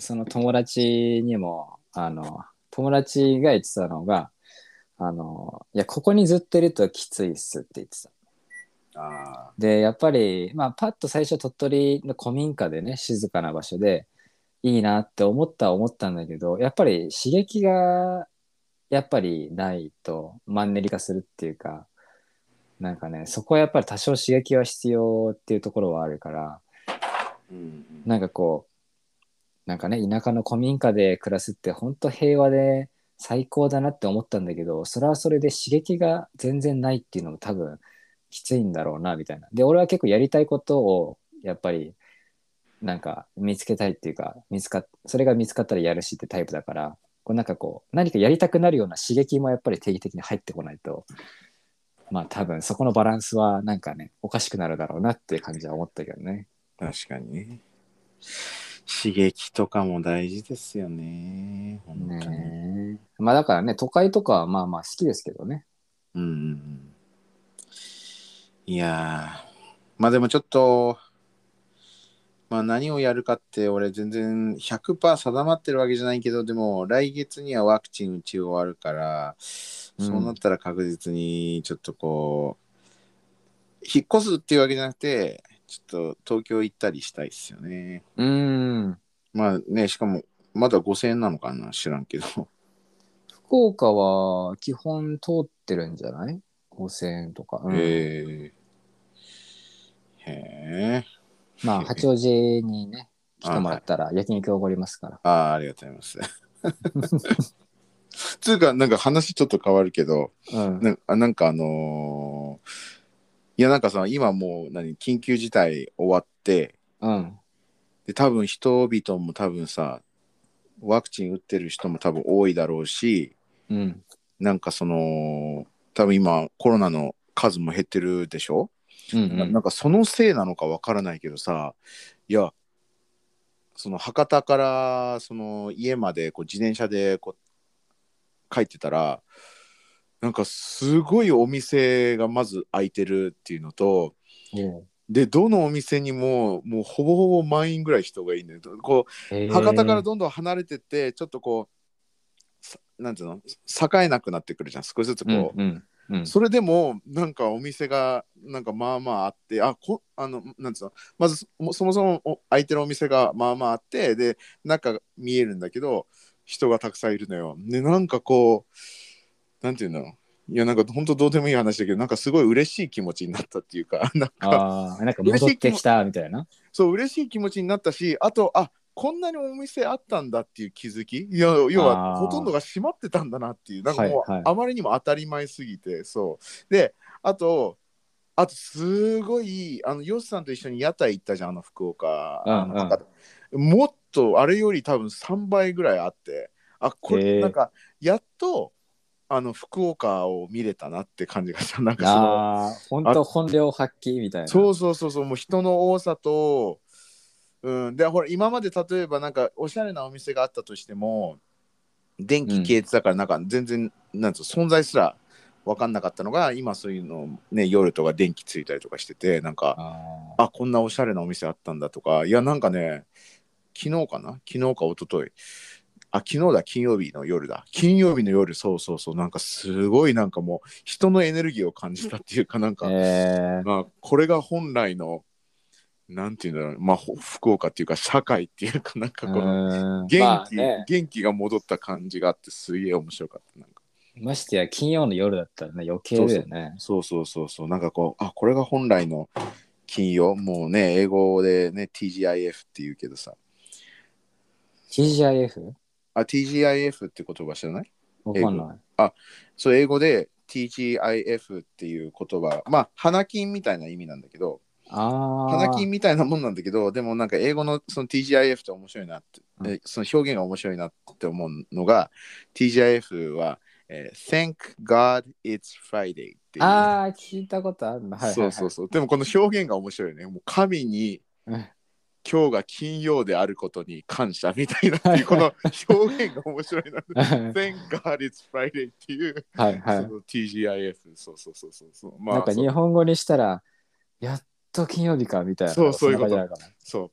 B: その友達にも、あの、友達が言ってたのが、あの、いや、ここにずっといるときついっすって言ってた。
A: ああ。
B: で、やっぱり、まあ、パッと最初鳥取の古民家でね、静かな場所でいいなって思ったは思ったんだけど、やっぱり刺激が、やっぱりないとマンネリ化するっていうか、なんかね、そこはやっぱり多少刺激は必要っていうところはあるから、
A: うんうん。
B: なんかこう、なんかね、田舎の古民家で暮らすって本当平和で最高だなって思ったんだけど、それはそれで刺激が全然ないっていうのも多分きついんだろうな、みたいな。で、俺は結構やりたいことをやっぱりなんか見つけたいっていうか、見つかっ、それが見つかったらやるしってタイプだから、こうなんかこう、何かやりたくなるような刺激もやっぱり定期的に入ってこないと、まあ多分そこのバランスはなんかね、おかしくなるだろうなっていう感じは思ったけどね。
A: 確かにね。刺激とかも大事ですよね。本当に。
B: ねえ。まあだからね、都会とかはまあまあ好きですけどね。
A: うんうんうん。いやー。まあでもちょっと、まあ何をやるかって俺全然ひゃくパーセント定まってるわけじゃないけど、でも来月にはワクチン打ち終わるから、 そうなったら確実にちょっとこう引っ越すっていうわけじゃなくてちょっと東京行ったりしたいですよね。
B: うん。
A: まあね、しかもまだごせんえんなのかな知らんけど。
B: 福岡は基本通ってるんじゃない？ ごせん 円とか。うん。
A: えー、へえ。
B: まあ、八王子にね、来て
A: あ、はい。
B: もらったら焼肉おごりますから。
A: あ、ありがとうございます。つうか、なんか話ちょっと変わるけど、
B: うん。
A: な、なんかあのーいやなんかさ、今もう何、緊急事態終わって、
B: うん。
A: で、多分人々も多分さ、ワクチン打ってる人も多分多いだろうし、
B: うん。
A: なんかその、多分今コロナの数も減ってるでしょ。
B: うん。う
A: な、な
B: ん。
A: んかそのせいなのかわからないけどさ、いや、その博多からその家までこう自転車でこう帰ってたら、なんかすごいお店がまず開いてるっていうのと、
B: おう。
A: でどのお店にももうほぼほぼ満員ぐらい人がいるんだよ。こう
B: へ
A: 博多から
B: え。
A: どんどん離れてってちょっとこうなんていうの栄えなくなってくるじゃん、少しずつ
B: うん。
A: こう。
B: うん。うん。
A: それでもなんかお店がなんかまあまああって、あこあのなんつうの、まずそそもそもお空いてるお店がまあまああって、で中見えるんだけど人がたくさんいるのよ。でなんかこうなんていうの、いやなんか本当どうでもいい話だけど、なんかすごい嬉しい気持ちになったっていうか、なんか
B: ああ、なんか
A: 嬉しい気も
B: 戻ってきたみたいな。
A: そう嬉しい気持ちになったし、あとあこんなにお店あったんだっていう気づき、いや要はほとんど
B: ああ、
A: が閉まってたんだなっていう、なんかもう
B: はいはい。
A: あまりにも当たり前すぎて、そうで、あとあとすごいあのヨシさんと一緒に屋台行ったじゃん、あの福岡、
B: う
A: あの博
B: んうん。
A: 多、もっとあれより多分さんばいぐらいあって、あこれなん
B: へ
A: かやっとあの福岡を見れたなって感じがした。なんか
B: え。
A: その
B: ああ、本
A: あ
B: 当本領発揮みたいな。
A: そうそうそうそう、もう人の多さと、うん、でほら今まで例えばなんかおしゃれなお店があったとしても電気消
B: うん。
A: えてたからなんか全然なんつう存在すら分かんなかったのが、今そういうのね夜とか電気ついたりとかしてて、なんか
B: あ
A: あこんなおしゃれなお店あったんだとか、いやなんかね、昨日かな昨日か一昨日あ昨日だ、金曜日の夜だ、金曜日の夜、そうそうそう、なんかすごいなんかもう人のエネルギーを感じたっていうか、なん
B: あ。
A: か
B: ええ。
A: まあこれが本来のなんていうんだろう、まあほ福岡っていうか社会っていうか、なんか
B: う
A: この
B: ーん。
A: 元気
B: まあね。
A: 元気が戻った感じがあってすげえ面白かった。なんか
B: ましてや金曜の夜だったらね、余計
A: そうそう
B: だよね。
A: そうそうそうそう、なんかこうあこれが本来の金曜、もうね英語でね ティージーアイエフ って言うけどさ、
B: ティー
A: そう
B: ジーアイエフ？
A: あ ティージーアイエフ って言葉知らない？英語、
B: わかんない。
A: あそう英語で ティージーアイエフ っていう言葉、まあ花金みたいな意味なんだけど、花金
B: あ
A: みたいなもんなんだけど、でもなんか英語のその ティージーアイエフ って面白いなって、
B: あ。うん。
A: えその表現が面白いなって思うのが、ティージーアイエフ は、えー Thank God it's Friday っていう。
B: ああ、聞いたことあるんだ。はいはいはい。
A: そうそうそう。でもこの表現が面白いね。もう神に
B: うん。
A: 今日が金曜であることに感謝みたいなっ
B: はい
A: ていう、この
B: はい。
A: 表現が面白いな。Thank God it's Friday っていう、
B: はいはい。
A: その ティージーアイエフ。そうそうそうそうそう。
B: なんか
A: まあそう。
B: 日本語にしたら、やっと金曜日かみたいな、
A: そう
B: なんかそんな
A: そういうこと。
B: 感じなのかな。
A: そう。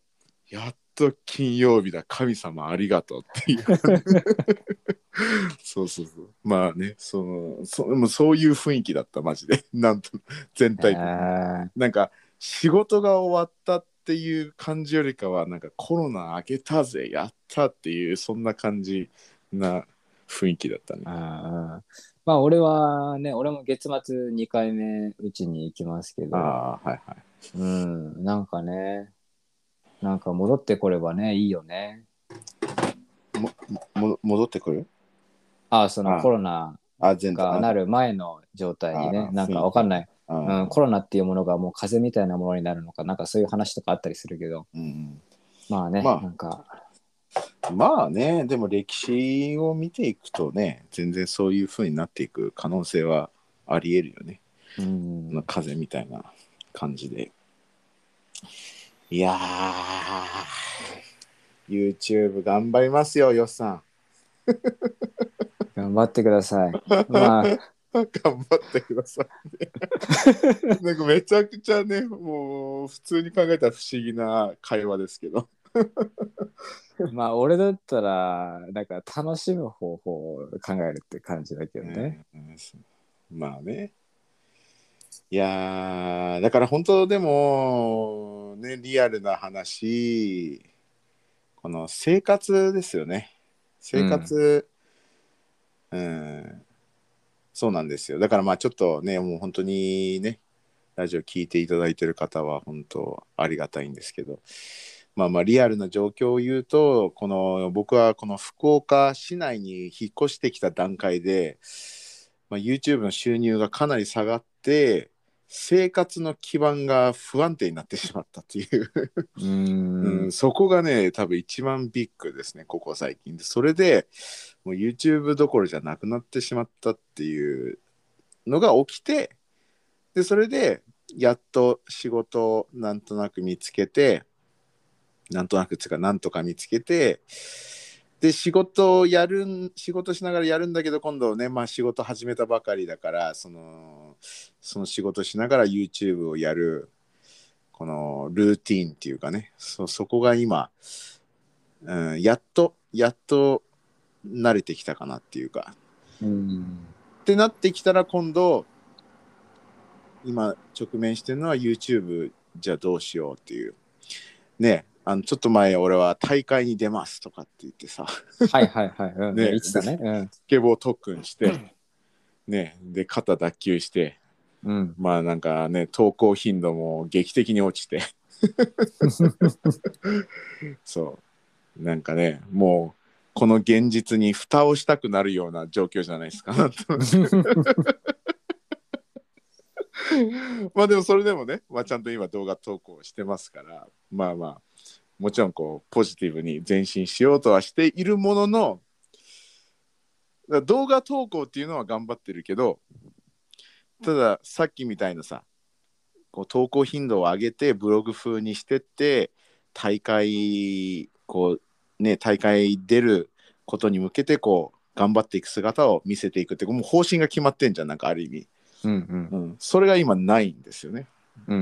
A: やっと金曜日だ。神様ありがとうっていう。そうそうそう。まあね、その、そもうそういう雰囲気だった、マジで。なんと、全
B: え
A: 体的に。
B: ー、
A: なんか、仕事が終わったっていう感じよりかは、なんかコロナ明けたぜ、やったっていう、そんな感じな雰囲気だったね。
B: あー、まあ俺はね、俺も月末にかいめうちに行きますけ
A: あ
B: ど、
A: あ、はいは
B: うん、なんかね、なんか戻ってこればね、いいよね。
A: い。も、も、戻ってくる。
B: ああ、そのコ
A: あ
B: ロナ
A: あ、あ、全然、あ
B: がなる前の状態にね、
A: あ、
B: なん
A: 雰囲気ね。
B: かわかんない。うん、
A: ああ、
B: コロナっていうものがもう風邪みたいなものになるのか、なんかそういう話とかあったりするけど、
A: うん。
B: まあね、
A: ま
B: なんか、
A: あ、まあね、でも歴史を見ていくとね、全然そういう風になっていく可能性はあり得るよね。
B: うん、
A: 風みたいな感じで。いやー、YouTube 頑張りますよ、よっさん。
B: 頑張ってください。まあ、
A: 頑張ってくださいね。なんかめちゃくちゃね、もう普通に考えたら不思議な会話ですけど。
B: まあ俺だったらなんか楽しむ方法を考えるって感じだけどね。
A: うん、まあね。いやー、だから本当でも、ね、リアルな話、この生活ですよね。生
B: うん。
A: 活、うん、そうなんですよ。だからまあちょっとね、もう本当にね、ラジオ聞いていただいてる方は本当ありがたいんですけど、まあまあリアルな状況を言うと、この僕はこの福岡市内に引っ越してきた段階で、まあ、YouTube の収入がかなり下がって、生活の基盤が不安定になってしまったっていう
B: うー
A: うん、
B: ん。
A: そこがね、多分一番ビッグですね、ここ最近で。それでもう YouTube どころじゃなくなってしまったっていうのが起きて、で、それでやっと仕事をなんとなく見つけて、なんとなくつかなんとか見つけて、で仕事をやるん仕事しながらやるんだけど、今度ね、まあ仕事始めたばかりだから、そのその仕事しながら YouTube をやるこのルーティーンっていうかね、そそこが今、うん、やっとやっと慣れてきたかなっていうか、
B: うん。
A: ってなってきたら、今度今直面してるのは YouTube じゃあどうしようっていうね。あのちょっと前俺は大会に出ますとかって言ってさ、
B: はいはいはい。うん。
A: ね、で
B: 言ってたね。うん。
A: スケボー特訓してね、で肩脱臼して、
B: うん。
A: まあなんかね、投稿頻度も劇的に落ちてそうなんかね、もうこの現実に蓋をしたくなるような状況じゃないですか。まあでもそれでもね、まあ、ちゃんと今動画投稿してますから、まあまあもちろんこうポジティブに前進しようとはしているものの、動画投稿っていうのは頑張ってるけど、たださっきみたいなさ、こう投稿頻度を上げてブログ風にしてって、大会こうね大会出ることに向けてこう頑張っていく姿を見せていくって、もう方針が決まってんじゃん、なんかある意味、
B: うんうん。
A: うん、それが今ないんですよね。
B: うんうん。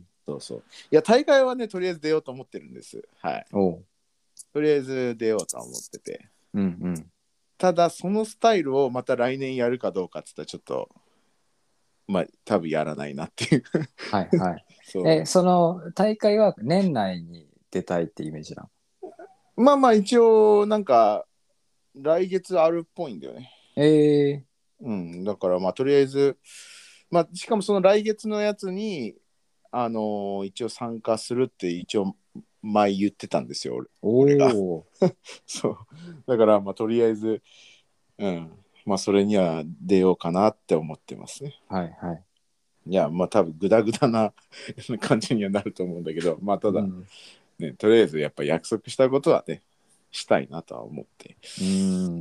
A: そうそう。いや、大会はね、とりあえず出ようと思ってるんです。はい。
B: おう。
A: とりあえず出ようとは思ってて。
B: うんうん。
A: ただ、そのスタイルをまた来年やるかどうかって言ったら、ちょっと、まあ、多分やらないなっていう。
B: はいはい。
A: そ
B: え、その大会は年内に出たいってイメージなの？
A: う。まあまあ、一応、なんか、来月あるっぽいんだよね。
B: ええ
A: うん。だから、まあ、とりあえず、まあ、しかもその来月のやつに、あのー一応参加するって一応前言ってたんですよ、俺
B: お
A: 俺が。
B: お。
A: そう。だから、まあ、とりあえず、うん。まあ、それには出ようかなって思ってますね。
B: はいはい。
A: いや、まあ、多分グダグダな感じにはなると思うんだけど、まあ、ただ、
B: うん。
A: ね、とりあえずやっぱ約束したことはね、したいなとは思って。
B: うん。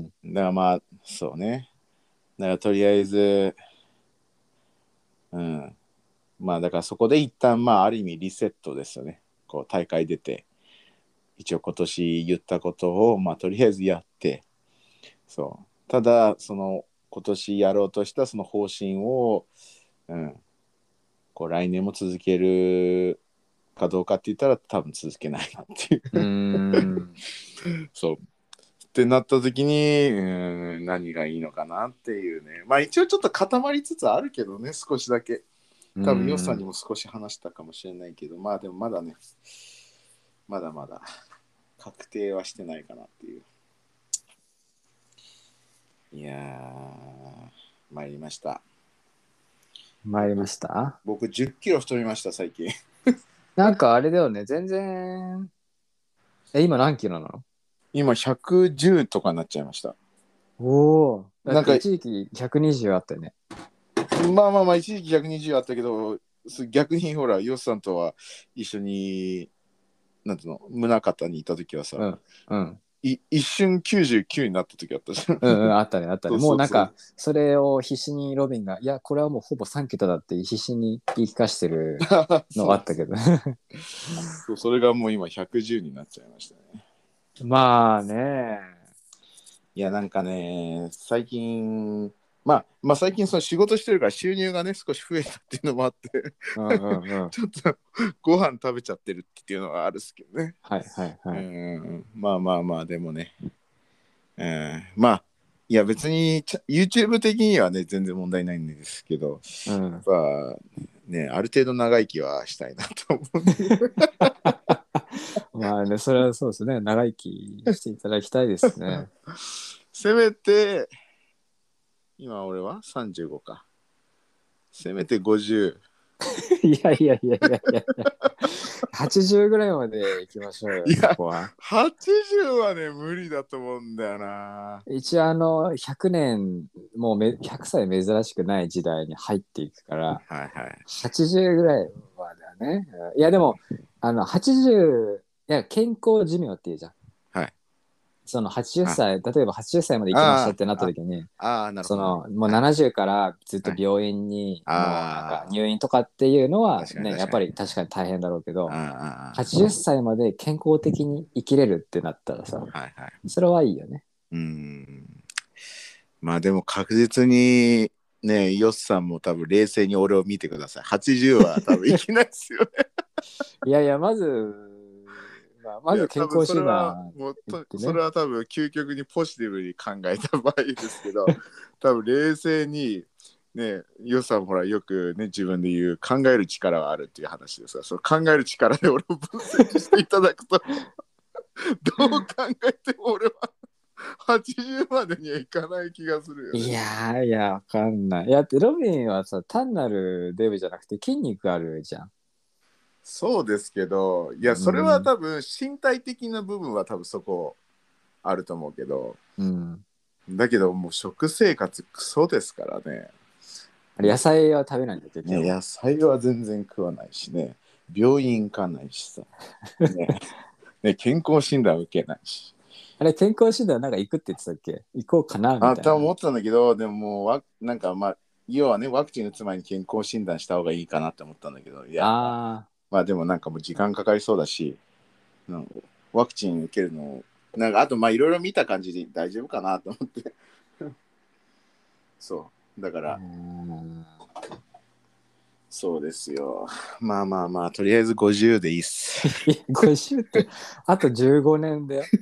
A: だからまあ、そうね。だからとりあえず、うん。まあ、だからそこで一旦、まあ、ある意味リセットですよね。こう、大会出て、一応今年言ったことを、まあ、とりあえずやって、そう。ただ、その、今年やろうとしたその方針を、うん、こう来年も続けるかどうかって言ったら多分続けないなっていう。
B: うーん。
A: そうってなった時に、うん、何がいいのかなっていうね。まあ一応ちょっと固まりつつあるけどね、少しだけ。
B: う
A: 多分ヨッさんに
B: ん。
A: も少し話したかもしれないけど、まあでもまだね、まだまだ確定はしてないかなっていう。いやー、参りました。僕、
B: 参りました。
A: 僕じゅっキロ太りました、最近。
B: なんかあれだよね。全然。え、今何キロなの？
A: 今ひゃくじゅうとかになっちゃいました。
B: おお。だっ
A: なんか、
B: て一時期ひゃくにじゅうあったよね。
A: まあまあまあ、一時期ひゃくにじゅうあったけど、逆にほら、ヨッさんとは一緒に、なんていうの、宗像にいた時はさ、
B: うん。うん。
A: い一瞬きゅうじゅうきゅうになった時あったじゃん。
B: うんうん、あったね、あったね。
A: そうそうそう。
B: もうなんか、それを必死にロビンが、いや、これはもうほぼさん桁だって必死に言い聞かしてるの
A: そう
B: あったけど。
A: そう、それがもう今ひゃくじゅうになっちゃいましたね。
B: まあね。
A: いや、なんかね、最近、 まあ、まあ最近その仕事してるから収入がね少し増えたっていうのもあって
B: うんうんうん。
A: ちょっとご飯食べちゃってるっていうのがあるっすけどね。
B: はいはいは
A: う
B: い。
A: ん、まあまあまあでもね、うん、まあいや別にちゃ YouTube 的にはね全然問題ないんですけど、
B: うん。
A: やっぱねある程度長生きはしたいなと思うんで
B: まあね、それはそうですね。長生きしていただきたいですね。
A: せめて今俺はさんじゅうごか、せめてごじゅう。
B: いやいやいやいやいやいや。はちじゅうぐらいまで行きましょうよ、
A: いや
B: そこは。
A: はちじゅうはね無理だと思うんだよな。
B: 一応あの、ひゃくねん、もうめひゃくさい珍しくない時代に入っていくから、
A: はいはい。
B: はちじゅうぐらいはだね。いやでも、あの、はちじゅう、いや、健康寿命っていうじゃん。
A: はい。
B: そのはちじゅっ
A: あ
B: さい、例えばはちじゅっさいまで生きました
A: あ
B: ってなった
A: あ
B: 時に、
A: ああなるほどね。
B: その、もう
A: はい
B: ななじゅうからずっと
A: はい。
B: 病院に、もうなんか
A: ああ
B: 入院とかっていうのは
A: 確かに
B: ね、やっ
A: 確かに。
B: ぱり確かに大変だろうけど、
A: ああ
B: はちじゅっさいまで健康的に生きれるってなったらさ、
A: はいはい。
B: それはいいよね。
A: うーん。まあでも確実にね、ヨスさんも多分冷静に俺を見てください。はちじゅうは多分いけないですよね。
B: いやいや、まず、まあ、
A: いや、
B: まず健
A: 多分
B: 康診
A: それは
B: 断
A: もうと、
B: 行ってね。
A: それは多分究極にポジティブに考えた場合ですけど、多分冷静に、ね、ヨスさんほらよくね、自分で言う考える力があるっていう話ですが、その考える力で俺を分析していただくと、どう考えても俺ははちじゅうまでにはいかない気がするよ
B: い
A: ね。
B: やー、いや、わかんない。いや、だってロビンはさ、単なるデブじゃなくて筋肉あるじゃん。
A: そうですけど、いや、それは
B: うん。
A: 多分身体的な部分は多分そこあると思うけど、
B: うん。
A: だけどもう食生活クソですからね。
B: あれ野菜は食べないんだ、結
A: ね、
B: 局。
A: 野菜は全然食わないしね、病院行かないしさ、ね、ね健康診断受けないし。
B: あれ、健康診断なんか行くって言ってたっけ？行こうかなみ
A: あ、
B: たいな。
A: 多分思ってたんだけど、でももうわ、なんかまあ、要はね、ワクチン打つ前に健康診断した方がいいかなって思ったんだけど、いや、まあ、
B: あ
A: まあでもなんかもう時間かかりそうだし、うん、ワクチン受けるの、なんかあとまあいろいろ見た感じで大丈夫かなと思って。そう。だか
B: ー。う
A: ら、
B: ん。
A: そうですよ。まあまあまあ、とりあえずごじゅうでいいっす。
B: いや、ごじゅうって、あとじゅうごねんだよ。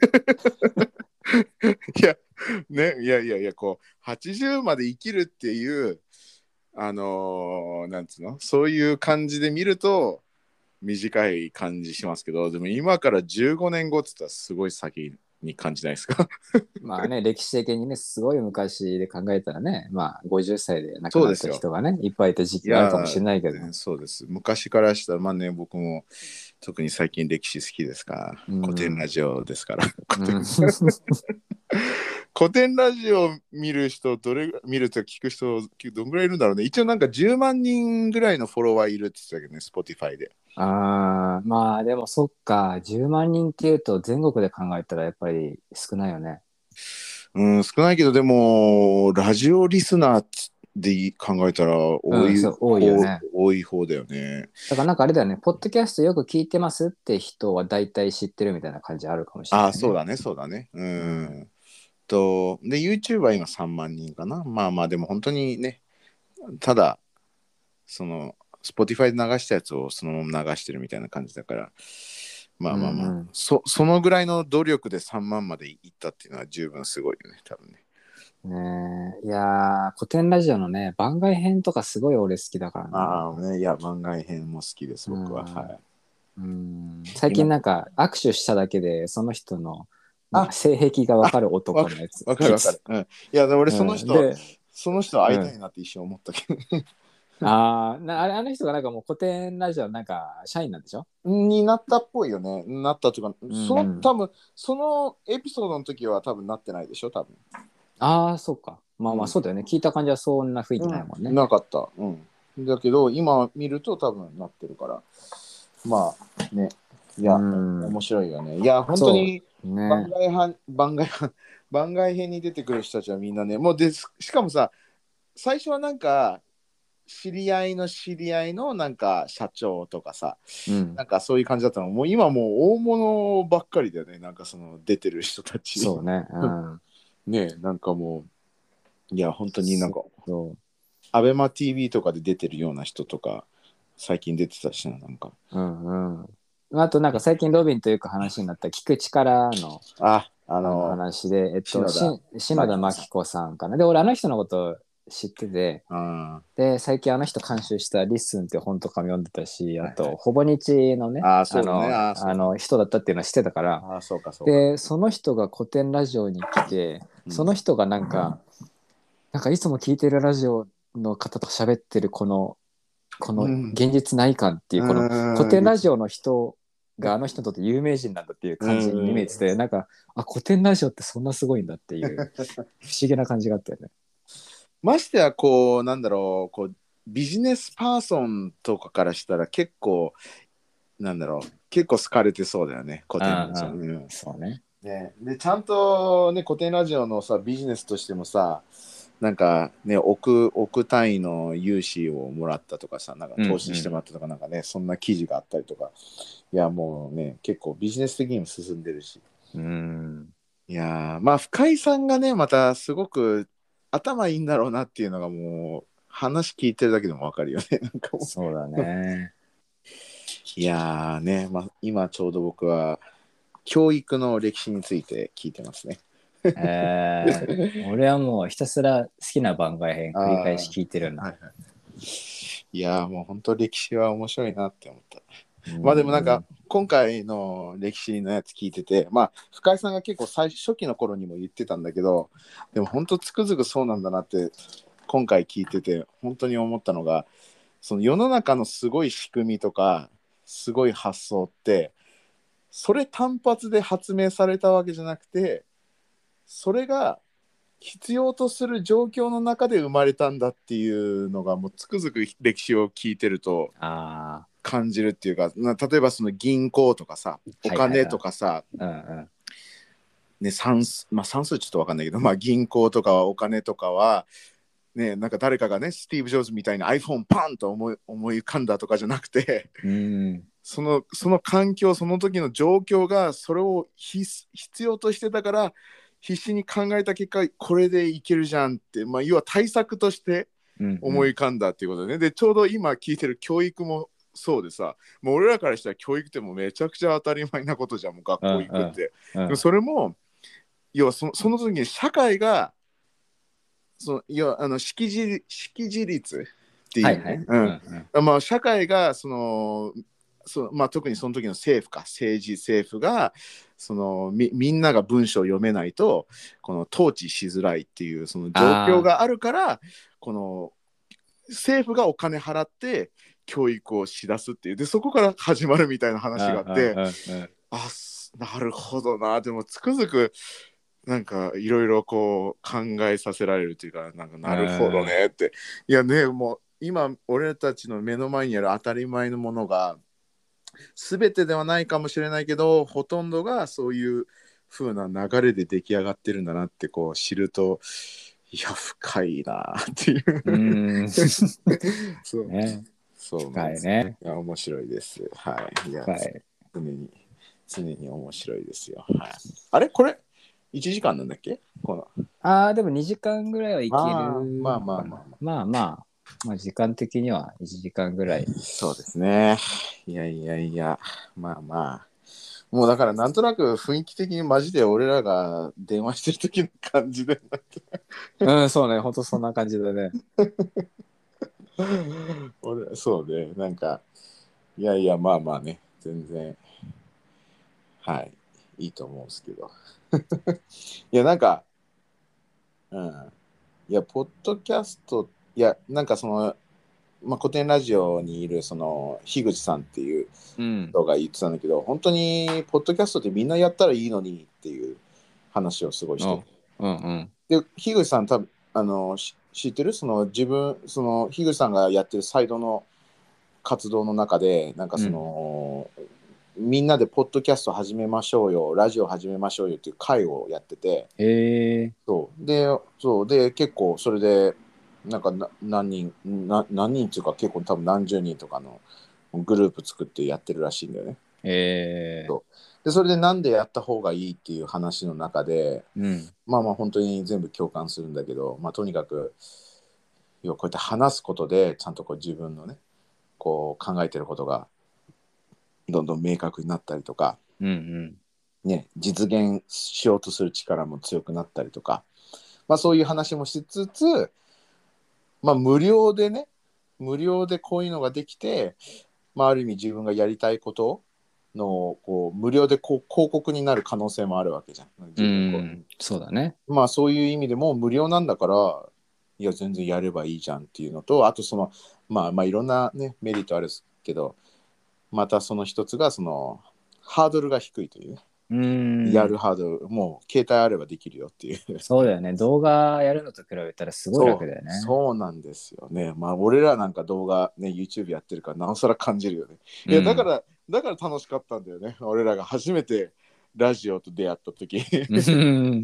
A: いや、ね、いやいやいや、こう、はちじゅうまで生きるっていう、あのーなんつうの、そういう感じで見ると、短い感じしますけど、でも今からじゅうごねんごって言ったらすごい先に感じないですか？
B: まあね、歴史的にね、すごい昔で考えたらね、まあごじゅっさいで亡くなった
A: そうですよ。
B: 人がね、いっぱいいた時
A: い
B: 期があるかもし
A: や、
B: れないけど。
A: ね、そうです。昔からしたら、まあね、僕も特に最近歴史好きですから、
B: う
A: 古典ラ
B: ん。
A: ジオですから。
B: うん。
A: 古典ラジオ見る人、どれ見ると聞く人、どんぐらいいるんだろうね。一応なんかじゅうまん人ぐらいのフォロワーいるって言ってたけどね、Spotify で。
B: ああ、まあでもそっか、じゅうまん人っていうと全国で考えたらやっぱり少ないよね。
A: うん、少ないけど、でも、ラジオリスナーで考えたら多
B: うん、
A: い
B: そう、多いよ
A: 方、
B: ね。
A: 多い方だよね。
B: だからなんかあれだよね、ポッドキャストよく聞いてますって人は大体知ってるみたいな感じあるかもしれ
A: ああ、
B: ないね。
A: そうだね、そうだね。う
B: うん。
A: ん。と、で、YouTube は今さんまん人かな。まあまあ、でも本当にね、ただ、その、Spotify で流したやつをそのまま流してるみたいな感じだから、ま
B: う
A: あまあまあ、
B: んうん。
A: そ、そのぐらいの努力でさんまんまでいったっていうのは十分すごいよね、多分ね。
B: ねえ、いやー、古典ラジオのね、番外編とかすごい俺好きだからな。
A: ああ、ね、いや、番外編も好きです、
B: う
A: 僕は。
B: ん。
A: は
B: うん。最
A: い。今、
B: 近なんか握手しただけで、その人のなんか
A: あ、
B: 性癖がわ
A: あ、
B: かる
A: わか
B: 男のやつ。
A: わかるわかる。
B: きつ。
A: うん。いや、で俺その
B: うん。
A: 人、
B: で、
A: その人会いたい
B: うん。
A: なって一瞬思ったけど。
B: あーな、あれ、あの人がなんかもう古典ラジオなんか社員なんでしょ？
A: になったっぽいよね。なったというか、
B: う
A: その、
B: んうん。
A: 多分そのエピソードの時は多分なってないでしょ、多分。
B: ああ、そうか。まあ
A: うん。
B: まあそうだよね。聞いた感じはそんな雰囲気
A: うん。
B: ないもんね。
A: なかった。うん。だけど、今見ると多分なってるから。まあね。い
B: う
A: や、面
B: ん。
A: 白いよね。いや、本当
B: そ
A: に
B: う。ね。
A: 番外編、番外編、番外編に出てくる人たちはみんなね、もうです、しかもさ、最初はなんか、知り合いの知り合いのなんか社長とかさ、
B: うん。
A: なんかそういう感じだったの。もう今もう大物ばっかりだよね。なんかその出てる人たち。
B: そうね。うん。
A: ねえ、なんかもう。 いや本当になんか
B: そ
A: アベマ ティーブイ とかで出てるような人とか最近出てたしな、なんか。
B: う。うんうん。あとなんか最近ロビンというか話になった聞く力の
A: あ、あ
B: あの
A: の、
B: 話で、えっと、し
A: 篠田
B: 篠田真
A: 真紀子さん。
B: 紀子さんかな。で、俺あの人のこと知ってて、
A: あ
B: で、最近あの人監修したリッスンっていう本とかも読んでたし、あと、
A: はいはい。
B: ほぼ日のね、
A: ああ、そうだね。
B: あの、
A: ああ、そうだね。
B: あの人だったっていうのは知ってたから、
A: ああ、そうか、そうか。
B: で、その人が古典ラジオに来て、
A: うん。
B: その人がなんか、なんかいつも聞いてるラジオの方と喋ってるこの、この
A: うん。
B: 現実ない感っていう、この古
A: うん。
B: 典ラジオの人があの人にとって有名人なんだっていう
A: う
B: 感じに見え
A: ん。
B: てて、なんか、あ、古典ラジオってそんなすごいんだっていう不思議な感じがあったよね。
A: ましてや、こう、なんだろう、こう、ビジネスパーソンとかからしたら結構、なんだろう、結構好かれてそうだよね、古典ラジオ。
B: うんうん。
A: うん。
B: そうね。
A: ね、で、ちゃんとね、古典ラジオのさ、ビジネスとしてもさ、なんかね、億、億単位の融資をもらったとかさ、なんか
B: うん
A: 投資して
B: う
A: もらったとか、なんかね、そんな記事があったりとか、いや、もうね、結構ビジネス的にも進んでるし。
B: ん。うん。
A: いやー、まあ、深井さんがね、またすごく頭いいんだろうなっていうのがもう、話聞いてるだけでもわかるよね。なんかも
B: そうだ
A: う。
B: ね。
A: いやーね、まあ、今ちょうど僕は、教育の歴史について聞いてますね。
B: えー、俺はもうひたすら好きな番外編
A: あ
B: 繰り返し
A: あ、
B: 聞いてるな。
A: はいはい。いやーもう本当歴史は面白いなって思った。
B: う
A: まあでもなんか
B: ん。
A: 今回の歴史のやつ聞いてて、まあ深井さんが結構最初期の頃にも言ってたんだけど、でも本当つくづくそうなんだなって今回聞いてて本当に思ったのが、その世の中のすごい仕組みとかすごい発想ってそれ単発で発明されたわけじゃなくて、それが必要とする状況の中で生まれたんだっていうのがもうつくづく歴史を聞いてると
B: ああ、
A: 感じるっていうか、な例えばその銀行とかさ、お金
B: はいはいはい。
A: とかさ、
B: うんうん。
A: ね、算数、まあ算数ちょっと分かんないけど、まあ銀行とかお金とかは、ね、なんか誰かがね、スティーブ・ジョブズみたいに iPhone パンと思い思い浮かんだとかじゃなくて、
B: うん。
A: そのその環境、その時の状況がそれを必必要としてたから、必死に考えた結果、これでいけるじゃんって、まあ、要は対策として
B: うんうん。
A: 思い浮かんだっていうことでね。で、ちょうど今聞いてる教育もそうでさ、もう俺らからしたら教育ってもうめちゃくちゃ当たり前なことじゃん、もう学校
B: うんうん
A: 行くって。でも
B: うん。
A: それも、要はそのその時に社会が、その要はあの識字識字率っていうのね、
B: はいはい。うんうん。
A: うん、まあ、社会がそのその、まあ、特にその時の政府か政治政府がその み, みんなが文章を読めないとこの統治しづらいっていうその状況
B: あ
A: があるからこの政府がお金払って教育をしだすっていうでそこから始まるみたいな
B: あ、
A: 話があって
B: うんうんうん
A: あなるほどなでもつくづくなんかいろいろこう考えさせられるというかなんか
B: うん。
A: なるほど
B: うん。
A: ねっていやねもう今俺たちの目の前にある当たり前のものが全てではないかもしれないけどほとんどがそういう風な流れで出来上がってるんだなってこう知るといや深いなっていう
B: うーん。
A: そう
B: ね。
A: そうなんですよ。
B: 深いね。
A: いや面白いですはいいや
B: 深い。
A: 常に常に面白いですよはいあれこれいちじかんなんだっけこの
B: ああ、でもにじかんぐらいはいける
A: ああまあ
B: のかな。
A: まあまあまあ
B: まあまあ、まあ時間的にはいちじかんぐらい。
A: そうですねいやいやいやまあまあもうだからなんとなく雰囲気的にマジで俺らが電話してる時の感じで
B: うん、そうね。ほんとそんな感じだね。
A: 俺そうねなんかいやいやまあまあね全然はいいいと思うんですけどいやなんかうんいやポッドキャストいやなんかその、まあ、古典ラジオにいるその樋口さんっていう
B: うん。
A: 人が言ってたんだけど本当にポッドキャストってみんなやったらいいのにっていう話をすごいしてて
B: うん。うんうん。
A: で樋口さん多分あのし知ってるその自分その樋口さんがやってるサイドの活動の中でなんかそ
B: うん。
A: の、みんなでポッドキャスト始めましょうよラジオ始めましょうよっていう会をやってて
B: へえ。
A: そうでそうで結構それでなんかな何人な何人っていうか結構多分何十人とかのグループ作ってやってるらしいんだよね。
B: えー
A: そうでそれでなんでやった方がいいっていう話の中で、
B: うん、
A: まあまあ本当に全部共感するんだけど、まあ、とにかく要はこうやって話すことでちゃんとこう自分のねこう考えてることがどんどん明確になったりとか、
B: うんうん
A: ね、実現しようとする力も強くなったりとか、まあ、そういう話もしつつ、まあ、無料でね無料でこういうのができて、まあ、ある意味自分がやりたいことのこう無料でこう広告になる可能性もあるわけじゃん
B: う
A: 自分こ
B: ん、そうだね。
A: う、まあそういう意味でも無料なんだからいや全然やればいいじゃんっていうのと、あとそのまあまあいろんなねメリットあるけど、またその一つがそのハードルが低いというね、
B: うん、
A: やるハードルもう携帯あればできるよっていう
B: そうだよね。動画やるのと比べたらすごい楽
A: そう
B: だよね。
A: そうなんですよね。まあ俺らなんか動画ね YouTube やってるからなおさら感じるよね。いやだか
B: うん。
A: らだから楽しかったんだよね。俺らが初めてラジオと出会った時い
B: うん。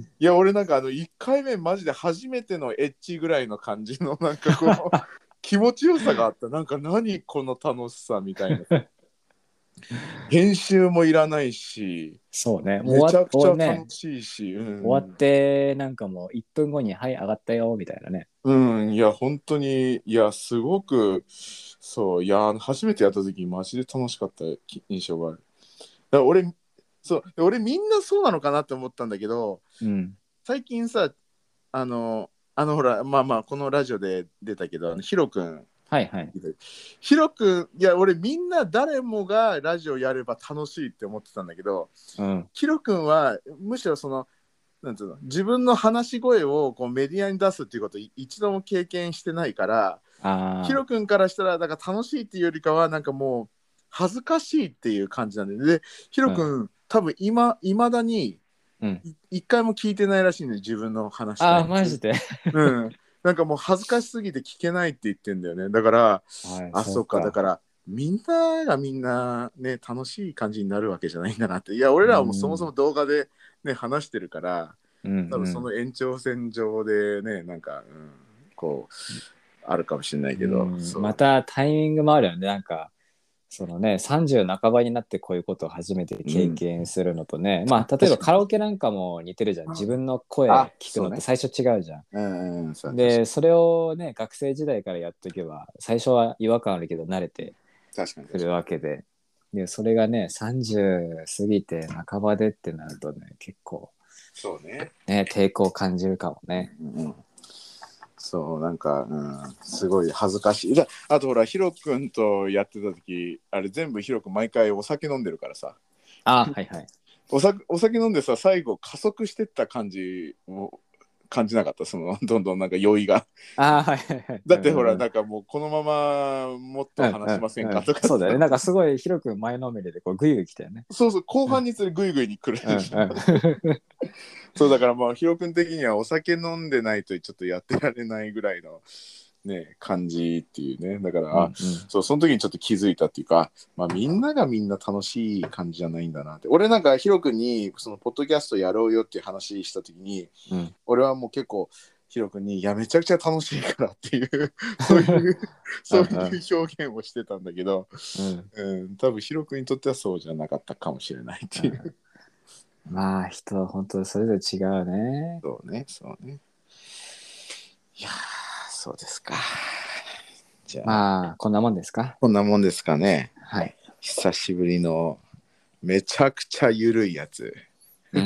A: や俺なんかあのいっかいめマジで初めてのエッジぐらいの感じのなんかこう気持ちよさがあった。なんか何この楽しさみたいな。編集もいらないし
B: そうね。もう
A: めち
B: 終わっ、
A: ゃくちゃ
B: 終わね、
A: 楽しいし、う
B: 終わっ
A: ん、
B: て、なんかもういっぷんごに、はい、上がったよ、みたいなね。
A: うん、いや本当にいやすごくそういや初めてやった時マジで楽しかった印象がある。だから俺そう俺みんなそうなのかなって思ったんだけど、
B: うん。
A: 最近さあのあのほらまあまあこのラジオで出たけどあのヒロ君
B: はいはい。
A: ヒロ君いや俺みんな誰もがラジオやれば楽しいって思ってたんだけど、
B: うん。
A: ヒロ君はむしろそのなんつうの自分の話し声をこうメディアに出すっていうことを一度も経験してないから、ヒ
B: あ
A: ロ君からしたらだから楽しいっていうよりかはなんかもう恥ずかしいっていう感じなんで、でヒ
B: あ、うん。
A: ロ君多分今いまだに
B: うん。
A: い一回も聞いてないらしいんで自分の話した
B: ああ、
A: やつ。
B: マジで。
A: うん。なんかもう恥ずかしすぎて聞けないって言ってんだよね。だから
B: はい、
A: あそうかだ
B: そうか。
A: からみんながみんなね楽しい感じになるわけじゃないんだなって。いや俺
B: う
A: らはもうそもそ
B: ん。
A: も動画でね話してるから
B: うん
A: 多分
B: うん。
A: その延長線上でねなんか、うん、こうあるかもしれない
B: う
A: けど
B: ん、ま
A: そうね。
B: たタイミングもあるよね。なんか、そのね、さんじゅう半ばになってこういうことを初めて経
A: うん
B: 験するのとね、まあ、例えば
A: 確かに
B: カラオケなんかも似てるじゃん。自分の
A: あ
B: 声聞く
A: そうね
B: のって最初違うじゃん。
A: うんうんそう確か
B: で、それをね、学生時代からやっとけば、最初は違和感あるけど慣れてくる
A: 確かに確か
B: わけで、で、それがね、さんじゅう過ぎて半ばでってなるとね、結構
A: にそうね、
B: ね、抵抗を感じるかもね。
A: うんうん、そうなんか、うん、すごい恥ずかしい。だあとほらヒロ君とやってた時あれ全部ヒロ君毎回お酒飲んでるからさ
B: あ、はいはい。
A: お酒お酒飲んでさ最後加速してった感じを感じなかったそのどんどんなんか酔いが
B: あ、はいはいはい。
A: だってほら
B: うんうんうん。
A: なんかもうこのままもっと
B: うんう
A: 話しません
B: んうん。
A: かとかさ
B: そうだよね。なんかすごい広く前のめりでこうグイグイ来たよね。
A: そうそう後
B: うん
A: 半につれグイグイに来る
B: うんう
A: でしょ
B: ん。
A: そうだからまあヒロ君的にはお酒飲んでないとちょっとやってられないぐらいのね感じっていうね。だからあ
B: うんうん。
A: そうその時にちょっと気づいたっていうか、まあ、みんながみんな楽しい感じじゃないんだなって。俺なんかヒロ君にそのポッドキャストやろうよっていう話した時に
B: うん。
A: 俺はもう結構ヒロ君にいやめちゃくちゃ楽しいからっていうそういうそういう表現をしてたんだけど、
B: うんうん
A: うん、多分ヒロ君にとってはそうじゃなかったかもしれないっていう。
B: まあ人は本当それぞれ違うね。
A: そうねそうね。いやーそうですか。じゃあ
B: まあこんなもんですか。
A: こんなもんですかね。
B: はい。
A: 久しぶりのめちゃくちゃゆるいやつ。
B: うん。